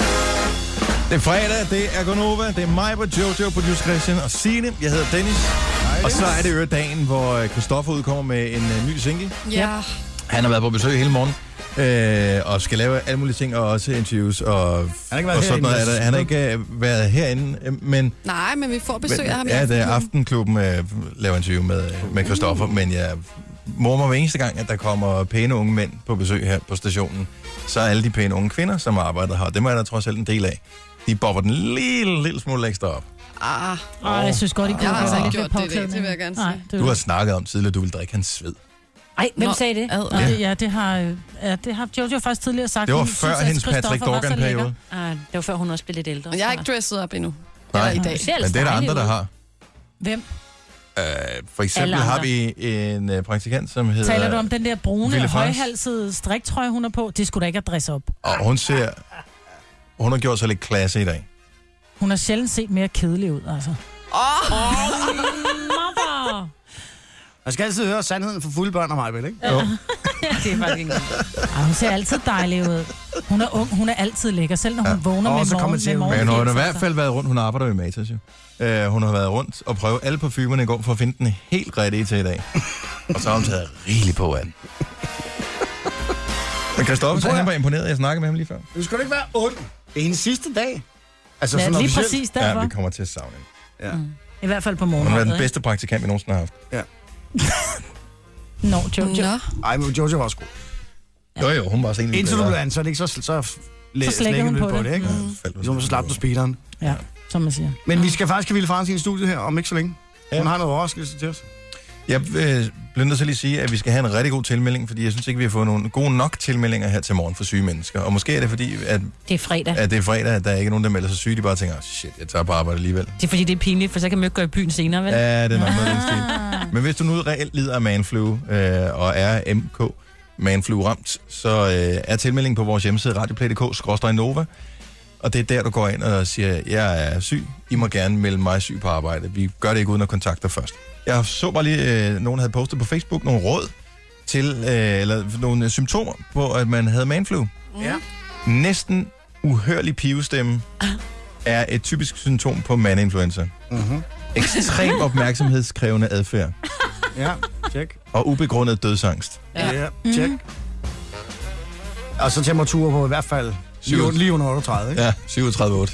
det er fredag, det er Gonova, det er mig, på Jojo, producer Christian og Signe. Jeg hedder Dennis. Og så er det jo dagen, hvor Christoffer udkommer med en uh, ny single. Ja. Han har været på besøg hele morgen. Øh, og skal lave alle mulige ting, og også interviews og, Han har ikke været og sådan herinde. noget. Han har ikke øh, været herinde, øh, men... Nej, men vi får besøg men, af ham i ja, det er Aftenklubben. Aftenklubben øh, laver interview med, med Christoffer, men jeg mormer hver eneste gang, at der kommer pæne unge mænd på besøg her på stationen. Så er alle de pæne unge kvinder, som arbejder her, dem er der trods alt en del af. De bobber den lille, lille smule ekstra op. Ah, Ej, jeg synes godt, I kunne jeg har altså gøre ikke lidt gjort det i dag, påklædning. det vil jeg gerne Nej, sige. det Du har snakket om tidligere, at du vil drikke hans sved. Ej, hvem Nå, sagde det? ad. Nå, det, ja, det har, øh, ja, det har Jojo faktisk tidligere sagt. Det var Hun før synes, at hendes Christopher Patrick var så Dorgan-periode. Ah, det var før hun også blev lidt ældre. Og jeg har ikke dresset op endnu. Nej. Eller i dag. Du ser Men ellers det er der dejlig andre, der ud. har. Hvem? Øh, for eksempel Alle har andre. vi en uh, praktikant, som hedder... Taler du om den der brune, Ville Frans? højhalsede striktrøje, hun er på? Det skulle da ikke at dresse op. Og hun ser... Hun har gjort sig lidt klasse i dag. Hun har sjældent set mere kedelig ud, altså. Åh! Oh, mother! Man skal altid høre sandheden for fulde børn og mig, vel, ikke? Jo. Det er faktisk ikke Ej, hun ser altid dejlig ud. Hun er ung, hun er altid lækker, selv når hun Ja. vågner Åh, med så kommer morgen. til Med at- morgen Men hun har i hvert fald været rundt. Hun arbejder jo i Matas, jo. Uh, hun har været rundt og prøvet alle parfumerne i går for at finde den helt rigtige til i dag. Og så har hun taget rigeligt på af den. Men Christoffer, så han var imponeret. Jeg snakkede med ham lige før. Du skal da ikke være ond. Det er hendes sidste dag. Altså, Ja, sådan lige officielt. præcis Ja, derfor. vi kommer til at savne hende. Ja. I hvert fald på Hun har været morgenholdet. den bedste praktikant, vi nogensinde har haft. Ja. Nå, Jojo. Nå. Ej, men Jojo var også god. Jo, jo, hun var også egentlig... Indtil du blev ansat, ikke? Så, så, så, så slækkede hun på det. det ikke? Mm. Så, så slap du speederen. Ja, som man siger. Men vi skal faktisk have Ville Frans i en studie her, om ikke så længe. Ja. Hun har noget overraskelse til os. Jeg øh, bliver nødt til lige at sige, at vi skal have en rigtig god tilmelding, fordi jeg synes ikke, vi har fået nogle gode nok tilmeldinger her til morgen for syge mennesker. Og måske er det fordi, at Det er fredag. at det er fredag, at der ikke er nogen, der melder sig syge. De bare tænker, shit, jeg tager på arbejde alligevel. Det er fordi, det er pinligt, for så kan man jo ikke gå i byen senere, vel? Ja, det er nok noget af den stil. Men hvis du nu reelt lider af manflu øh, og er M K manflu ramt, så øh, er tilmeldingen på vores hjemmeside radioplay punktum d k skråstreg nova. Og det er der, du går ind og siger, jeg er syg, I må gerne melde mig syg på arbejde. Vi gør det ikke uden at kontakte dig først. Jeg så bare lige, øh, nogen havde postet på Facebook nogle råd til, øh, eller nogle symptomer på, at man havde manflu. Ja. Næsten uhørlig pivestemme er et typisk symptom på mandinfluenza. Mm-hmm. Ekstrem opmærksomhedskrævende adfærd. Ja, tjek. Og ubegrundet dødsangst. Ja, ja tjek. Mm. Og så temperaturer på i hvert fald lige under otteogtredive, ikke? Ja, syvogtredive komma otte.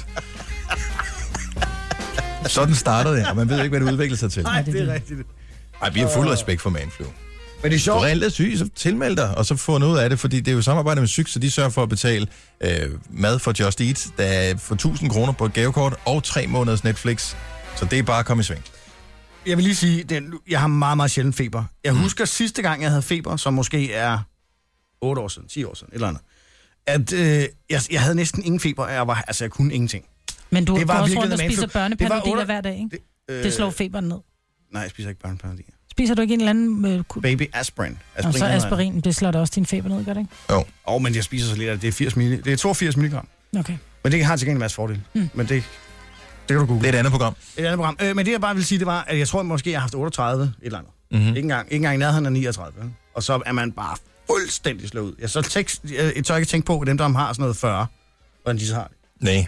Sådan startede det, og man ved ikke, hvad det udvikler sig til. Nej, det er rigtigt. Ej, vi har fuld respekt for manflu. Men det er sjovt. Du er reelt er syg, så tilmeld dig, og så få noget af det, fordi det er jo samarbejde med Syg, så de sørger for at betale øh, mad for Just Eat, der er for tusind kroner på et gavekort, og tre måneders Netflix. Så det er bare at komme i sving. Jeg vil lige sige, at jeg har meget, meget sjældent feber. Jeg husker sidste gang, jeg havde feber, som måske er otte år siden, ti år siden, et eller andet, at øh, jeg, jeg havde næsten ingen feber, jeg var, altså jeg kunne ingenting. Men du det går var også rundt og manflu. spiser børnepanodiler hver dag, ikke? Det, øh, det slår feberen ned. Nej, jeg spiser ikke børnepanodiler. Spiser du ikke en eller anden... Øh, ku- Baby aspirin. Og så aspirin, det slår da også din feber ned, gør det ikke? Jo. Åh, oh, men jeg spiser så lidt af det. Det er, firs milli, det er toogfirs milligram. Okay. Men det har til gengæld en masse fordele. Mm. Men det, det kan du google. Det er et andet program. Et andet program. Øh, men det jeg bare vil sige, det var, at jeg tror, at måske jeg har haft otteogtredive et eller andet. Mm-hmm. Ikke engang, ikke engang i nærheden af niogtredive. Og så er man bare fuldstændig slået ud. Jeg, så tekst, jeg, jeg tør ikke tænke på, at dem, der har sådan noget fyrre, hvordan de så har det. Nej.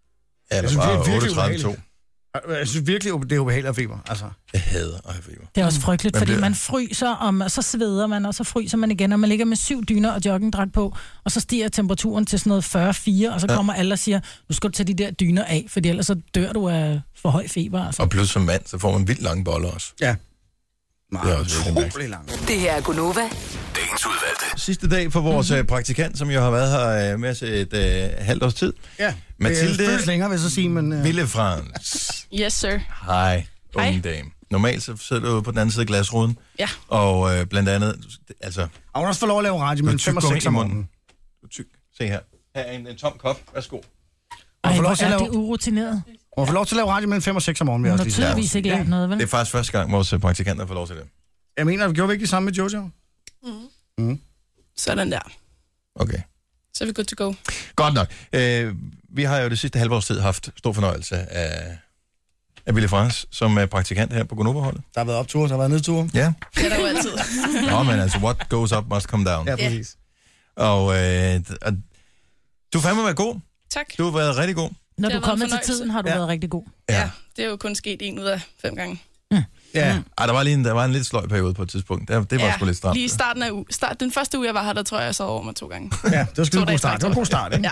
Ja, det er bare otteogtredive komma to. Jeg synes virkelig, det er ubehageligt af feber. Altså. Jeg hader at have feber. Det er også frygteligt, man fordi bliver... man fryser, og, man, og så sveder man, og så fryser man igen, og man ligger med syv dyner og joggingdragt på, og så stiger temperaturen til sådan noget fyrre komma fire, og så kommer ja. alle og siger, nu skal du tage de der dyner af, fordi ellers så dør du af for høj feber. Altså. Og plus som mand, så får man vildt lange boller også. Ja. Det er også utrolig langt. Det her er Gunova. Dagens udvalgte. Sidste dag for vores mm-hmm. praktikant, som jo har været her uh, med os et uh, halvt års tid. Ja, Mathilde, det føles længere, vil jeg så sige, men... Uh... Ville Frans. Yes, sir. Hej, unge Hej. dame. Normalt så sidder du på den anden side af glasruden. Ja. Og uh, blandt andet, altså... Og hun har også fået lov at lave radio mellem fem og seks om morgenen. Du tyk. Se her. Her er en, en tom kop. Værsgo. Ej, hvor hvor er er lave... det urutineret. Hun har fået lov til at lave radio mellem fem og seks om morgenen. Hun Vil har jeg også lige tydeligvis ikke lært noget, vel? Det er faktisk første gang, vores praktikanter får lov til det. Jeg mener, vi gjorde vi ikke det samme med Jojo? Mm. Mm. Sådan der. Okay. Så er vi good to go. Godt nok. Øh, vi har jo det sidste halve års tid haft stor fornøjelse af, af Ville Frans, som er praktikant her på Gunova-holdet. Der har været optur, der har været nedtur. Ja. Det er der jo altid. Nå, men altså, what goes up must come down. Ja, præcis. Og øh, du fandme været god. Tak. Du har været rigtig god. Når Det du har er kommet været til en tiden, har du Ja. været rigtig god. Ja. Ja, det er jo kun sket en ud af fem gange. Ja. Ej, der var lige en, der var en lidt sløj periode på et tidspunkt. Det, det var ja, sgu lidt stramt. lige i starten af uge. Start, den første uge, jeg var her, der tror jeg, jeg sov over mig to gange. Ja, det var sgu To en god dage start. Det var en god start, ikke?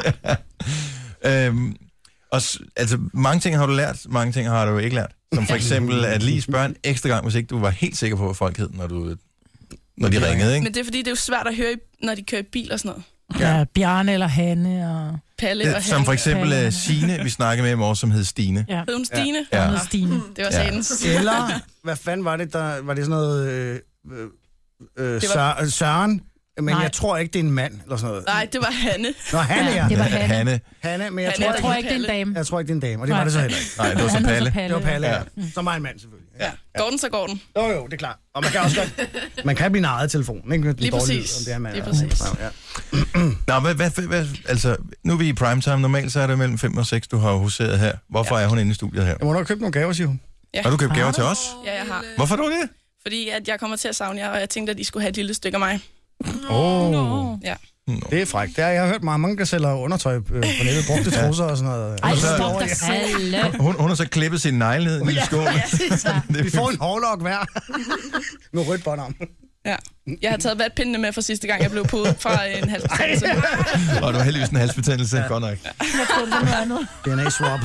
Ja. Øhm, og s- altså, mange ting har du lært, mange ting har du ikke lært. Som for eksempel at lige spørge en ekstra gang, hvis ikke du var helt sikker på, hvad folk hed, når, du, når de ringede, ikke? Men det er fordi, det er jo svært at høre, i- når de kører i bil og sådan noget. Ja, Bjarne eller Hanne og... Palle og Det, Hanne. som for eksempel Palle. uh, Signe, vi snakkede med i morges, som hed Stine. Ja, Hed hun Stine? Ja. hun hed Stine. Det var Ja. satans. Eller, hvad fanden var det, der... Var det sådan noget... Øh, øh, Det var- Søren, Søren, men Nej. jeg tror ikke, det er en mand, eller sådan noget. Nej, det var Hanne. Nå, Hanne, ja. det var Ja, Hanne. Hanne. Hanne, men jeg Hanne, tror, Jeg ikke, tror ikke, det er en dame. jeg tror ikke, det er en dame, og det Nej. var det så heller ikke. Nej, det var så Han hed Palle. Palle. Det var Palle, ja. Ja. Så mig en mand, selvfølgelig. Ja. Går den, så går den. Jo, jo, det er klart. Og man kan også godt... Man kan blive narret af telefonen, ikke? Den Lige dårlige præcis. lyd, om det er mand. Lige eller- præcis. Ja. Nå, hvad, hvad, hvad, hvad, altså, nu er vi i primetime. Normalt så er det mellem fem og seks, du har huseret her. Hvorfor ja. er hun inde i studiet her? Jeg må nok købe nogle gaver, siger hun. Ja. Har du købt gaver til os? Ja, jeg har. Hvorfor du det? Fordi at jeg kommer til at savne jer, og jeg tænkte, at I skulle have et lille stykke af mig. Åh, oh, Ja. det er frækt. Det er, jeg har hørt meget, mange, der sælger undertøj øh, på nettet, brugte trusser og sådan noget. Ej, Og så- stop dig selv. Hun, hun har så klippet sin negle ned i en skål. Vi får en hårlok hver. Med rødt bånd om. Ja. Jeg har taget vatpindene med fra sidste gang, jeg blev podet fra en halsbetændelse. Og du har heldigvis en halsbetændelse. Ja. Godt nok. Jeg troede, det var noget andet. D N A-swap.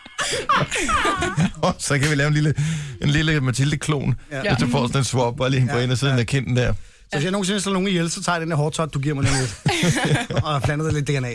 Og så kan vi lave en lille, en lille Mathilde-klon, Ja. ja. hvis du får sådan en swap, bare lige på Ja, en af siden ja. af kinden der. Så hvis jeg nogensinde slår nogen ihjel, så tager jeg den der hårdtot, du giver mig lige lidt. Og planter lidt D N A.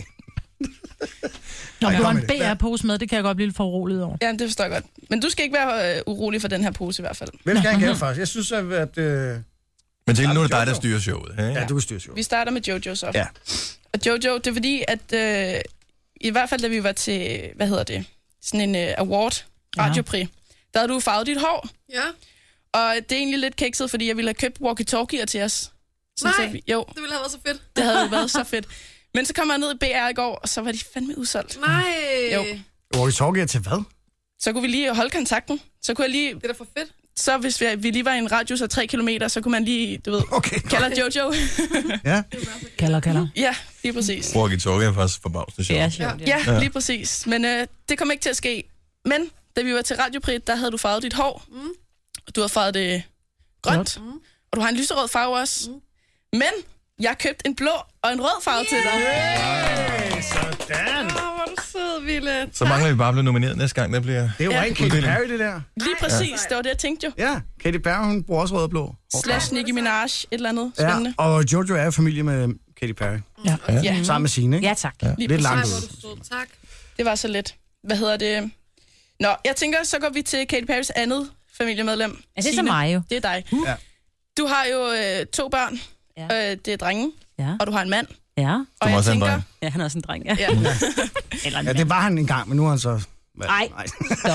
Nå, du har en B R-pose med, det kan jeg godt blive lidt for uroliget over. Ja, det forstår jeg godt. Men du skal ikke være øh, urolig for den her pose i hvert fald. Hvem skal jeg gave først? Jeg synes, at... at øh... Men til nu er det dig, der styrer showet. Hey? Ja, du kan styre showet. Vi starter med Jojo så. Ja. Og Jojo, det er fordi, at øh, i hvert fald, da vi var til, hvad hedder det, sådan en uh, award, radiopri, ja. Der havde du farvet dit hår. Ja. Og det er egentlig lidt kikset, fordi jeg ville have købt walkie-talkier til os. Nej, så vi, jo, det ville have været så fedt. Det havde været så fedt. Men så kom jeg ned i B R i går, og så var de fandme udsolgt. Nej. Jo. Walkie-talkier til hvad? Så kunne vi lige holde kontakten. Så kunne jeg lige... Det er da for fedt. Så hvis vi, vi lige var i en radius af tre kilometer, så kunne man lige, du ved, okay. kalder Jojo. Ja. Kalder, kalder. Ja, lige præcis. Walkie-talkie er faktisk forbavsende sjovt. Ja, ja. ja, lige præcis. Men øh, det kom ikke til at ske. Men da vi var til Radiopri, der havde du farvet dit hår. Mm. Og du havde farvet det grønt. Mm. Og du har en lyserød farve også. Mm. Men jeg købte en blå og en rød farve yeah! til dig. Yeah! Sådan. Åh, hvor er du sød, Ville. Så mangler vi bare at blive nomineret næste gang, der bliver... Det er jo ja. rent Katy Perry, det der. Lige præcis, ja. Det var det, jeg tænkte jo. Ja, Katy Perry, hun bruger også rød og blå. Slash Nicki Minaj, et eller andet spændende. Ja, og Jojo er jo familie med Katy Perry. Ja. ja. ja. Sammen med Signe, ikke? Ja, tak. Ja. Lidt langt ud. Tak. Det var så let. Hvad hedder det? Nå, jeg tænker, så går vi til Katy Perrys andet familiemedlem. Ja, det er så mig jo. Det er dig. Uh. Ja. Du har jo øh, to børn. Ja. Øh, det er drenge. Ja. Og du har en mand. Ja. Og jeg tænker... en ja, han er også en dreng, ja. Ja. Eller en ja, det var han engang, men nu er han så... Nej, stop.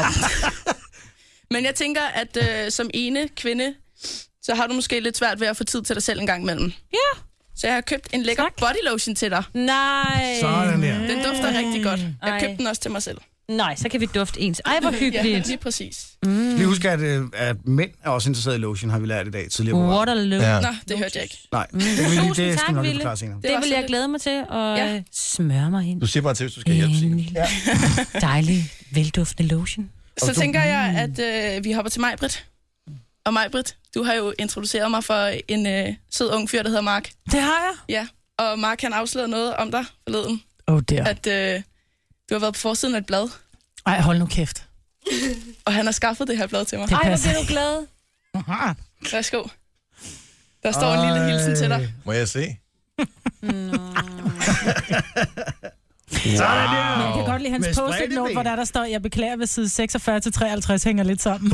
Men jeg tænker, at øh, som ene kvinde, så har du måske lidt svært ved at få tid til dig selv en gang imellem. Ja. Så jeg har købt en lækker tak. Body lotion til dig. Nej. Sådan der. Den dufter rigtig godt. Jeg Ej. købte den også til mig selv. Nej, så kan vi dufte ens. Ej, hvor hyggeligt. Ja, lige præcis. Mm. Lige husk, at, at mænd er også interesseret i lotion, har vi lært i dag tidligere. Waterloo. Ja. Nå, det hørte jeg ikke. Nej, mm. det, vil lige, det tak, skal nok Ville. forklare senere. Det, det vil jeg glæde mig til at ja. smøre mig ind. Du siger bare til, hvis du skal hjælpe, Signe. Ja. Dejlig, velduftende lotion. Så du... tænker jeg, at øh, vi hopper til Majbrit. Og Majbrit, du har jo introduceret mig for en øh, sød ung fyr, der hedder Mark. Det har jeg. Ja, og Mark han afslørede noget om dig forleden. Oh dear. At øh, du har været på forsiden af et blad. Ej, hold nu kæft. Og han har skaffet det her blad til mig. Ej, hvor bliver du glad. Aha. Værsgo. Der står Ej. en lille hilsen til dig. Må jeg se? Nå. Wow. Jeg kan godt lide hans post-it note, hvor der, der står, jeg beklager ved side seksogfyrre til treoghalvtreds hænger lidt sammen.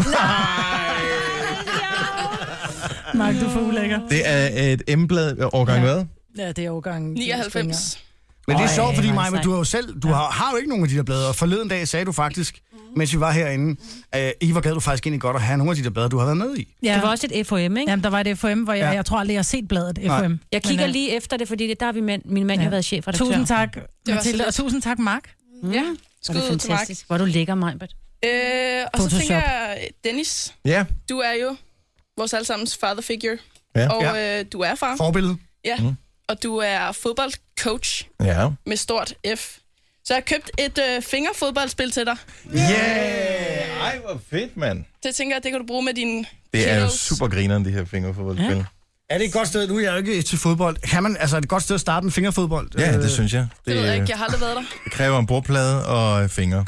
Mark, du er for ulækker. Det er et M-blad årgang hvad? Ja, det er årgang nioghalvfems. Men det er sjovt, fordi Maja, du har jo selv, du har, har jo ikke nogen af de der blade, og forleden dag sagde du faktisk, mens vi var herinde, øh, I var gad du faktisk egentlig godt at have nogle af de der blade, du har været med i. Ja. Det var også et F O M, ikke? Jamen, der var et F O M, hvor jeg, ja. jeg tror aldrig, jeg har set bladet F O M. Jeg kigger Men, lige efter det, fordi det, der har vi mand, min mand ja. har været chefredaktør. Tusind tak, Mathilde, og tusind tak, Mark. Mm. Ja, skud det til Mark. Hvor du lækker, Majbert. Øh, og så tænker jeg, Dennis, ja. du er jo vores allesammens father figure. Ja. Og ja. øh, du er far. Forbillede. Ja, mm. og du er fodboldcoach ja. med stort F. Så jeg har købt et øh, fingerfodboldspil til dig. Yeah! Ej, hvor fedt, mand. Det tænker jeg, det kan du bruge med dine Det er jo kiddos. super grineren, de her fingerfodboldspil. Ja. Er det et godt sted? Nu er jeg jo ikke til fodbold. Kan man, altså, er det et godt sted at starte med fingerfodbold? Ja, det synes jeg. Det, det ved jeg ikke. Jeg har aldrig været der. Det kræver en bordplade og fingre.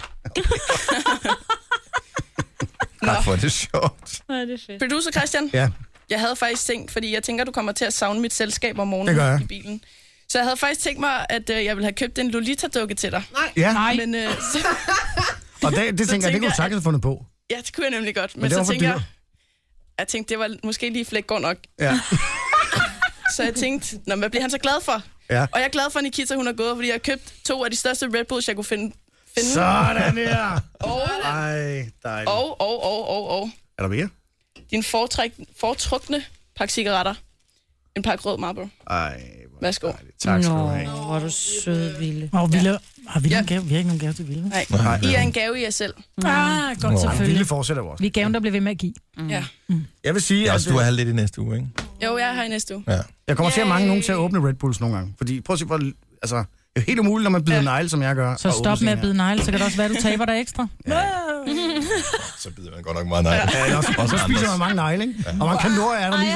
Tak for det sjovt. Ja, det er fedt. Producer Christian? Ja. Jeg havde faktisk tænkt, fordi jeg tænker, du kommer til at savne mit selskab om morgenen i bilen. Så jeg havde faktisk tænkt mig, at øh, jeg ville have købt en Lolita-dukke til dig. Nej. Ja. Nej. Men, øh, så, og det, det tænker jeg, det kunne du sagtens have fundet på. Ja, det kunne jeg nemlig godt. Men, Men så tænker jeg, jeg tænkte, det var måske lige flæk godt nok. Ja. Så jeg tænkte, nå, hvad bliver han så glad for? Ja. Og jeg er glad for, at Nikita hun er gået, fordi jeg har købt to af de største Red Bulls, jeg kunne finde. finde. Sådan der. Og, Ej, dejligt. og, og, og, og, og. Er der mere? Din foretræk, foretrukne pakke cigaretter. En pakke rød Marlboro. Ej, værsgo. Dejligt. Tak skal du have. Nå, hvor er du sød, Ville. Og Ville, har vi, Ja. nogen gave? Vi har ikke nogen gave til Ville. Nej, Nej. I er en gave i jer selv. Ah, godt Nå, selvfølgelig. Ville fortsætter vores. Vi er gaven, der bliver ved med at give. Mm. Ja. Jeg vil sige, Ja, at altså, du er halv lidt i næste uge, ikke? Jo, jeg er her i næste uge. Ja. jeg kommer til at mange nogen til at åbne Red Bulls nogle gange. Fordi prøv at se, hvor, altså, det er helt umuligt, når man bider Ja. negle, som jeg gør. Så og stop åbne med at sådan bide negle, så kan det også være, at du taber dig ekstra. Så bider man godt nok meget nej. her. Ja, også, og så spiser man mange negle, ikke? Ja. Og man kan nå er der lige.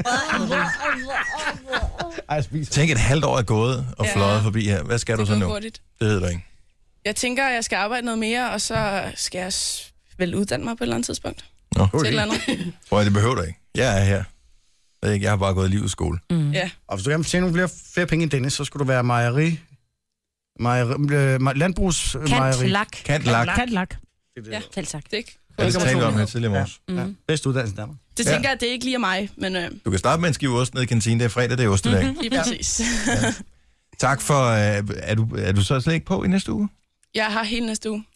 Ej, jeg spiser. Tænk, et halvt år er gået og Ja. fløjet forbi her. Hvad skal Det du så går nu? hurtigt. Det ved du ikke. Jeg tænker, at jeg skal arbejde noget mere, og så skal jeg s- vel uddanne mig på et eller andet tidspunkt. Nå. Til et eller andet. Tror jeg, det behøver du ikke. Jeg er her. Jeg, ikke, jeg har bare gået livets skole. Mm. Ja. Og hvis du gerne vil tjene nogle flere, flere penge end Dennis, så skulle du være mejeri... mejeri øh, landbrugs... Kantlak. Kantlak. Kantlak. Ja, selv sagt. Det ikke. Ja, det talte vi om her tidligere i morges. Ja. Ja. Bedste uddannelse i Danmark. Det tænker jeg, det er ikke lige af mig, men... Øh... Du kan starte med en skive ost ned i kantinen. Det er fredag, det er ostedag. Mm-hmm. Lige præcis. Ja. Tak for... Øh, er, du, er du så slet ikke på i næste uge? Jeg har hele næste uge.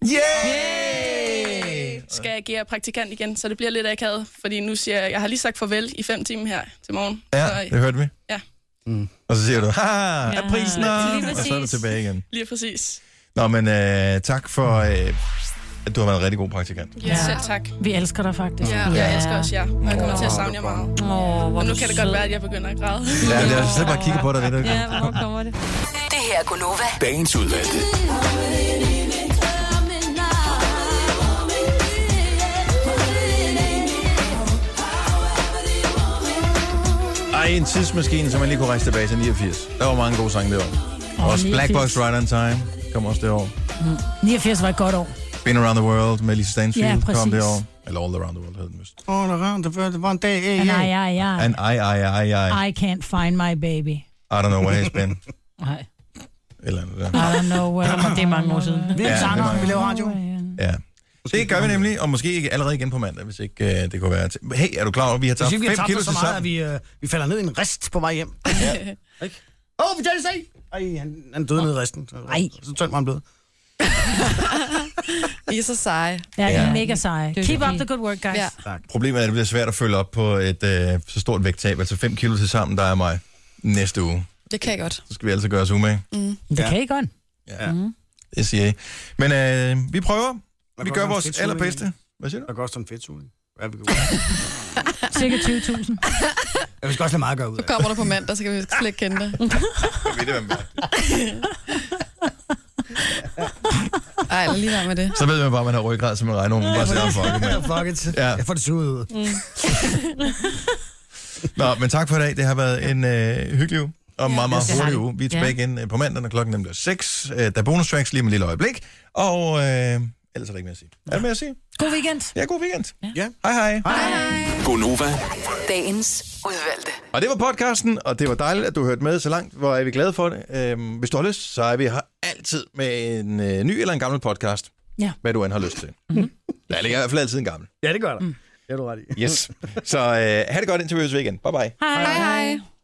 Yeah! Skal jeg agere praktikant igen, så det bliver lidt akavet, fordi nu siger jeg, jeg har lige sagt farvel i fem timer her til morgen. Ja, så, det hørte vi. Ja. Mm. Og så siger du, haha, er prisen op? Og så er du tilbage igen. Lige præcis. Nå, men øh, tak for, øh, at du har været en rigtig god praktikant. Ja, ja. Selv tak. Vi elsker dig faktisk. Ja, jeg elsker også jer, og jeg kommer til at savne jer meget. Åh, og nu kan det godt være, at jeg begynder at græde. Ja, jeg har selv bare kigget på dig lidt. Ja, hvornår kommer det? Det her er Gunova. Dagens udvalgte. Ej, en tidsmaskine, som man lige kunne rejse tilbage til niogfirs. Der var mange gode sange det år. Oh, også Black Box Right on Time kom også det år. Mm. niogfirs var et godt år. Been Around the World med Lisa Stansfield ja, kom det år. Eller All Around the World hed den vist. All Around the World, det var en dag. Hey, hey. An I, I, I. An I, I, I, I. I can't find my baby. I don't know where he's been. Nej. Eller andet der. I don't know where. Det er mange år siden. Vi er Ja, sanger, det er vi laver radio. Ja. Det gør vi nemlig, og måske ikke allerede igen på mandag, hvis ikke uh, det kunne være til. Hey, er du klar over, at vi har taget fem kilo til så meget, sammen? at vi, uh, vi falder ned i en rist på vej hjem. Åh, oh, vi tager det sag! Ej, han, han døde ned i risten. Ej. Så tømt var han blevet. I er så seje. Ja, I Ja. er mega seje. Keep up the good work, guys. Ja. Tak. Problemet er, at det bliver svært at følge op på et uh, så stort vægttab. Altså fem kilo til sammen, der er mig næste uge. Det kan jeg godt. Så skal vi altså gøre os umage. Mm. Det Ja. kan I godt. Ja, Mm. det siger jeg. Men uh, vi prøver. Hvad Vi koster gør en vores fedtsuling? allerbedste. Hvad siger du? Der koster en fedtsuling. Hvad er vi gode? Cirka tyve tusind. Ja, vi skal også lade meget gøre ud af. Så kommer du på mandag, så kan vi slet ikke kende dig. Jeg ved det, hvad man Ej, lad lige være med det. Så ved man bare, at man har ryggrad som en regnung. Bare siger, fuck it, man. Fuck it. Ja. Jeg får det suget ud. Mm. Nå, men tak for i dag. Det har været en øh, hyggelig uge. Og Ja, meget, meget det har hurtig det. uge. Vi er tilbage Ja. igen øh, på mandag, når klokken nemlig er seks. Øh, der er bonus tracks lige med et lille øjeblik. Og øh, ellers er der ikke mere at sige. Er der mere at sige? God weekend. Ja, god weekend. Ja. Hej hej. Hej. Gonova. Dagens udvalgte. Og det var podcasten, og det var dejligt, at du hørte med så langt. Hvor er vi glade for det. Øhm, hvis du har lyst, så er vi her altid med en øh, ny eller en gammel podcast. Ja. Hvad du end har lyst til. Mm-hmm. Der ligger i hvert fald altid en gammel. Ja, det gør der. Mm. Det er du ret i. Yes. Så øh, have det godt indtil vi høres ved igen. Bye bye. Hej. Hej, hej.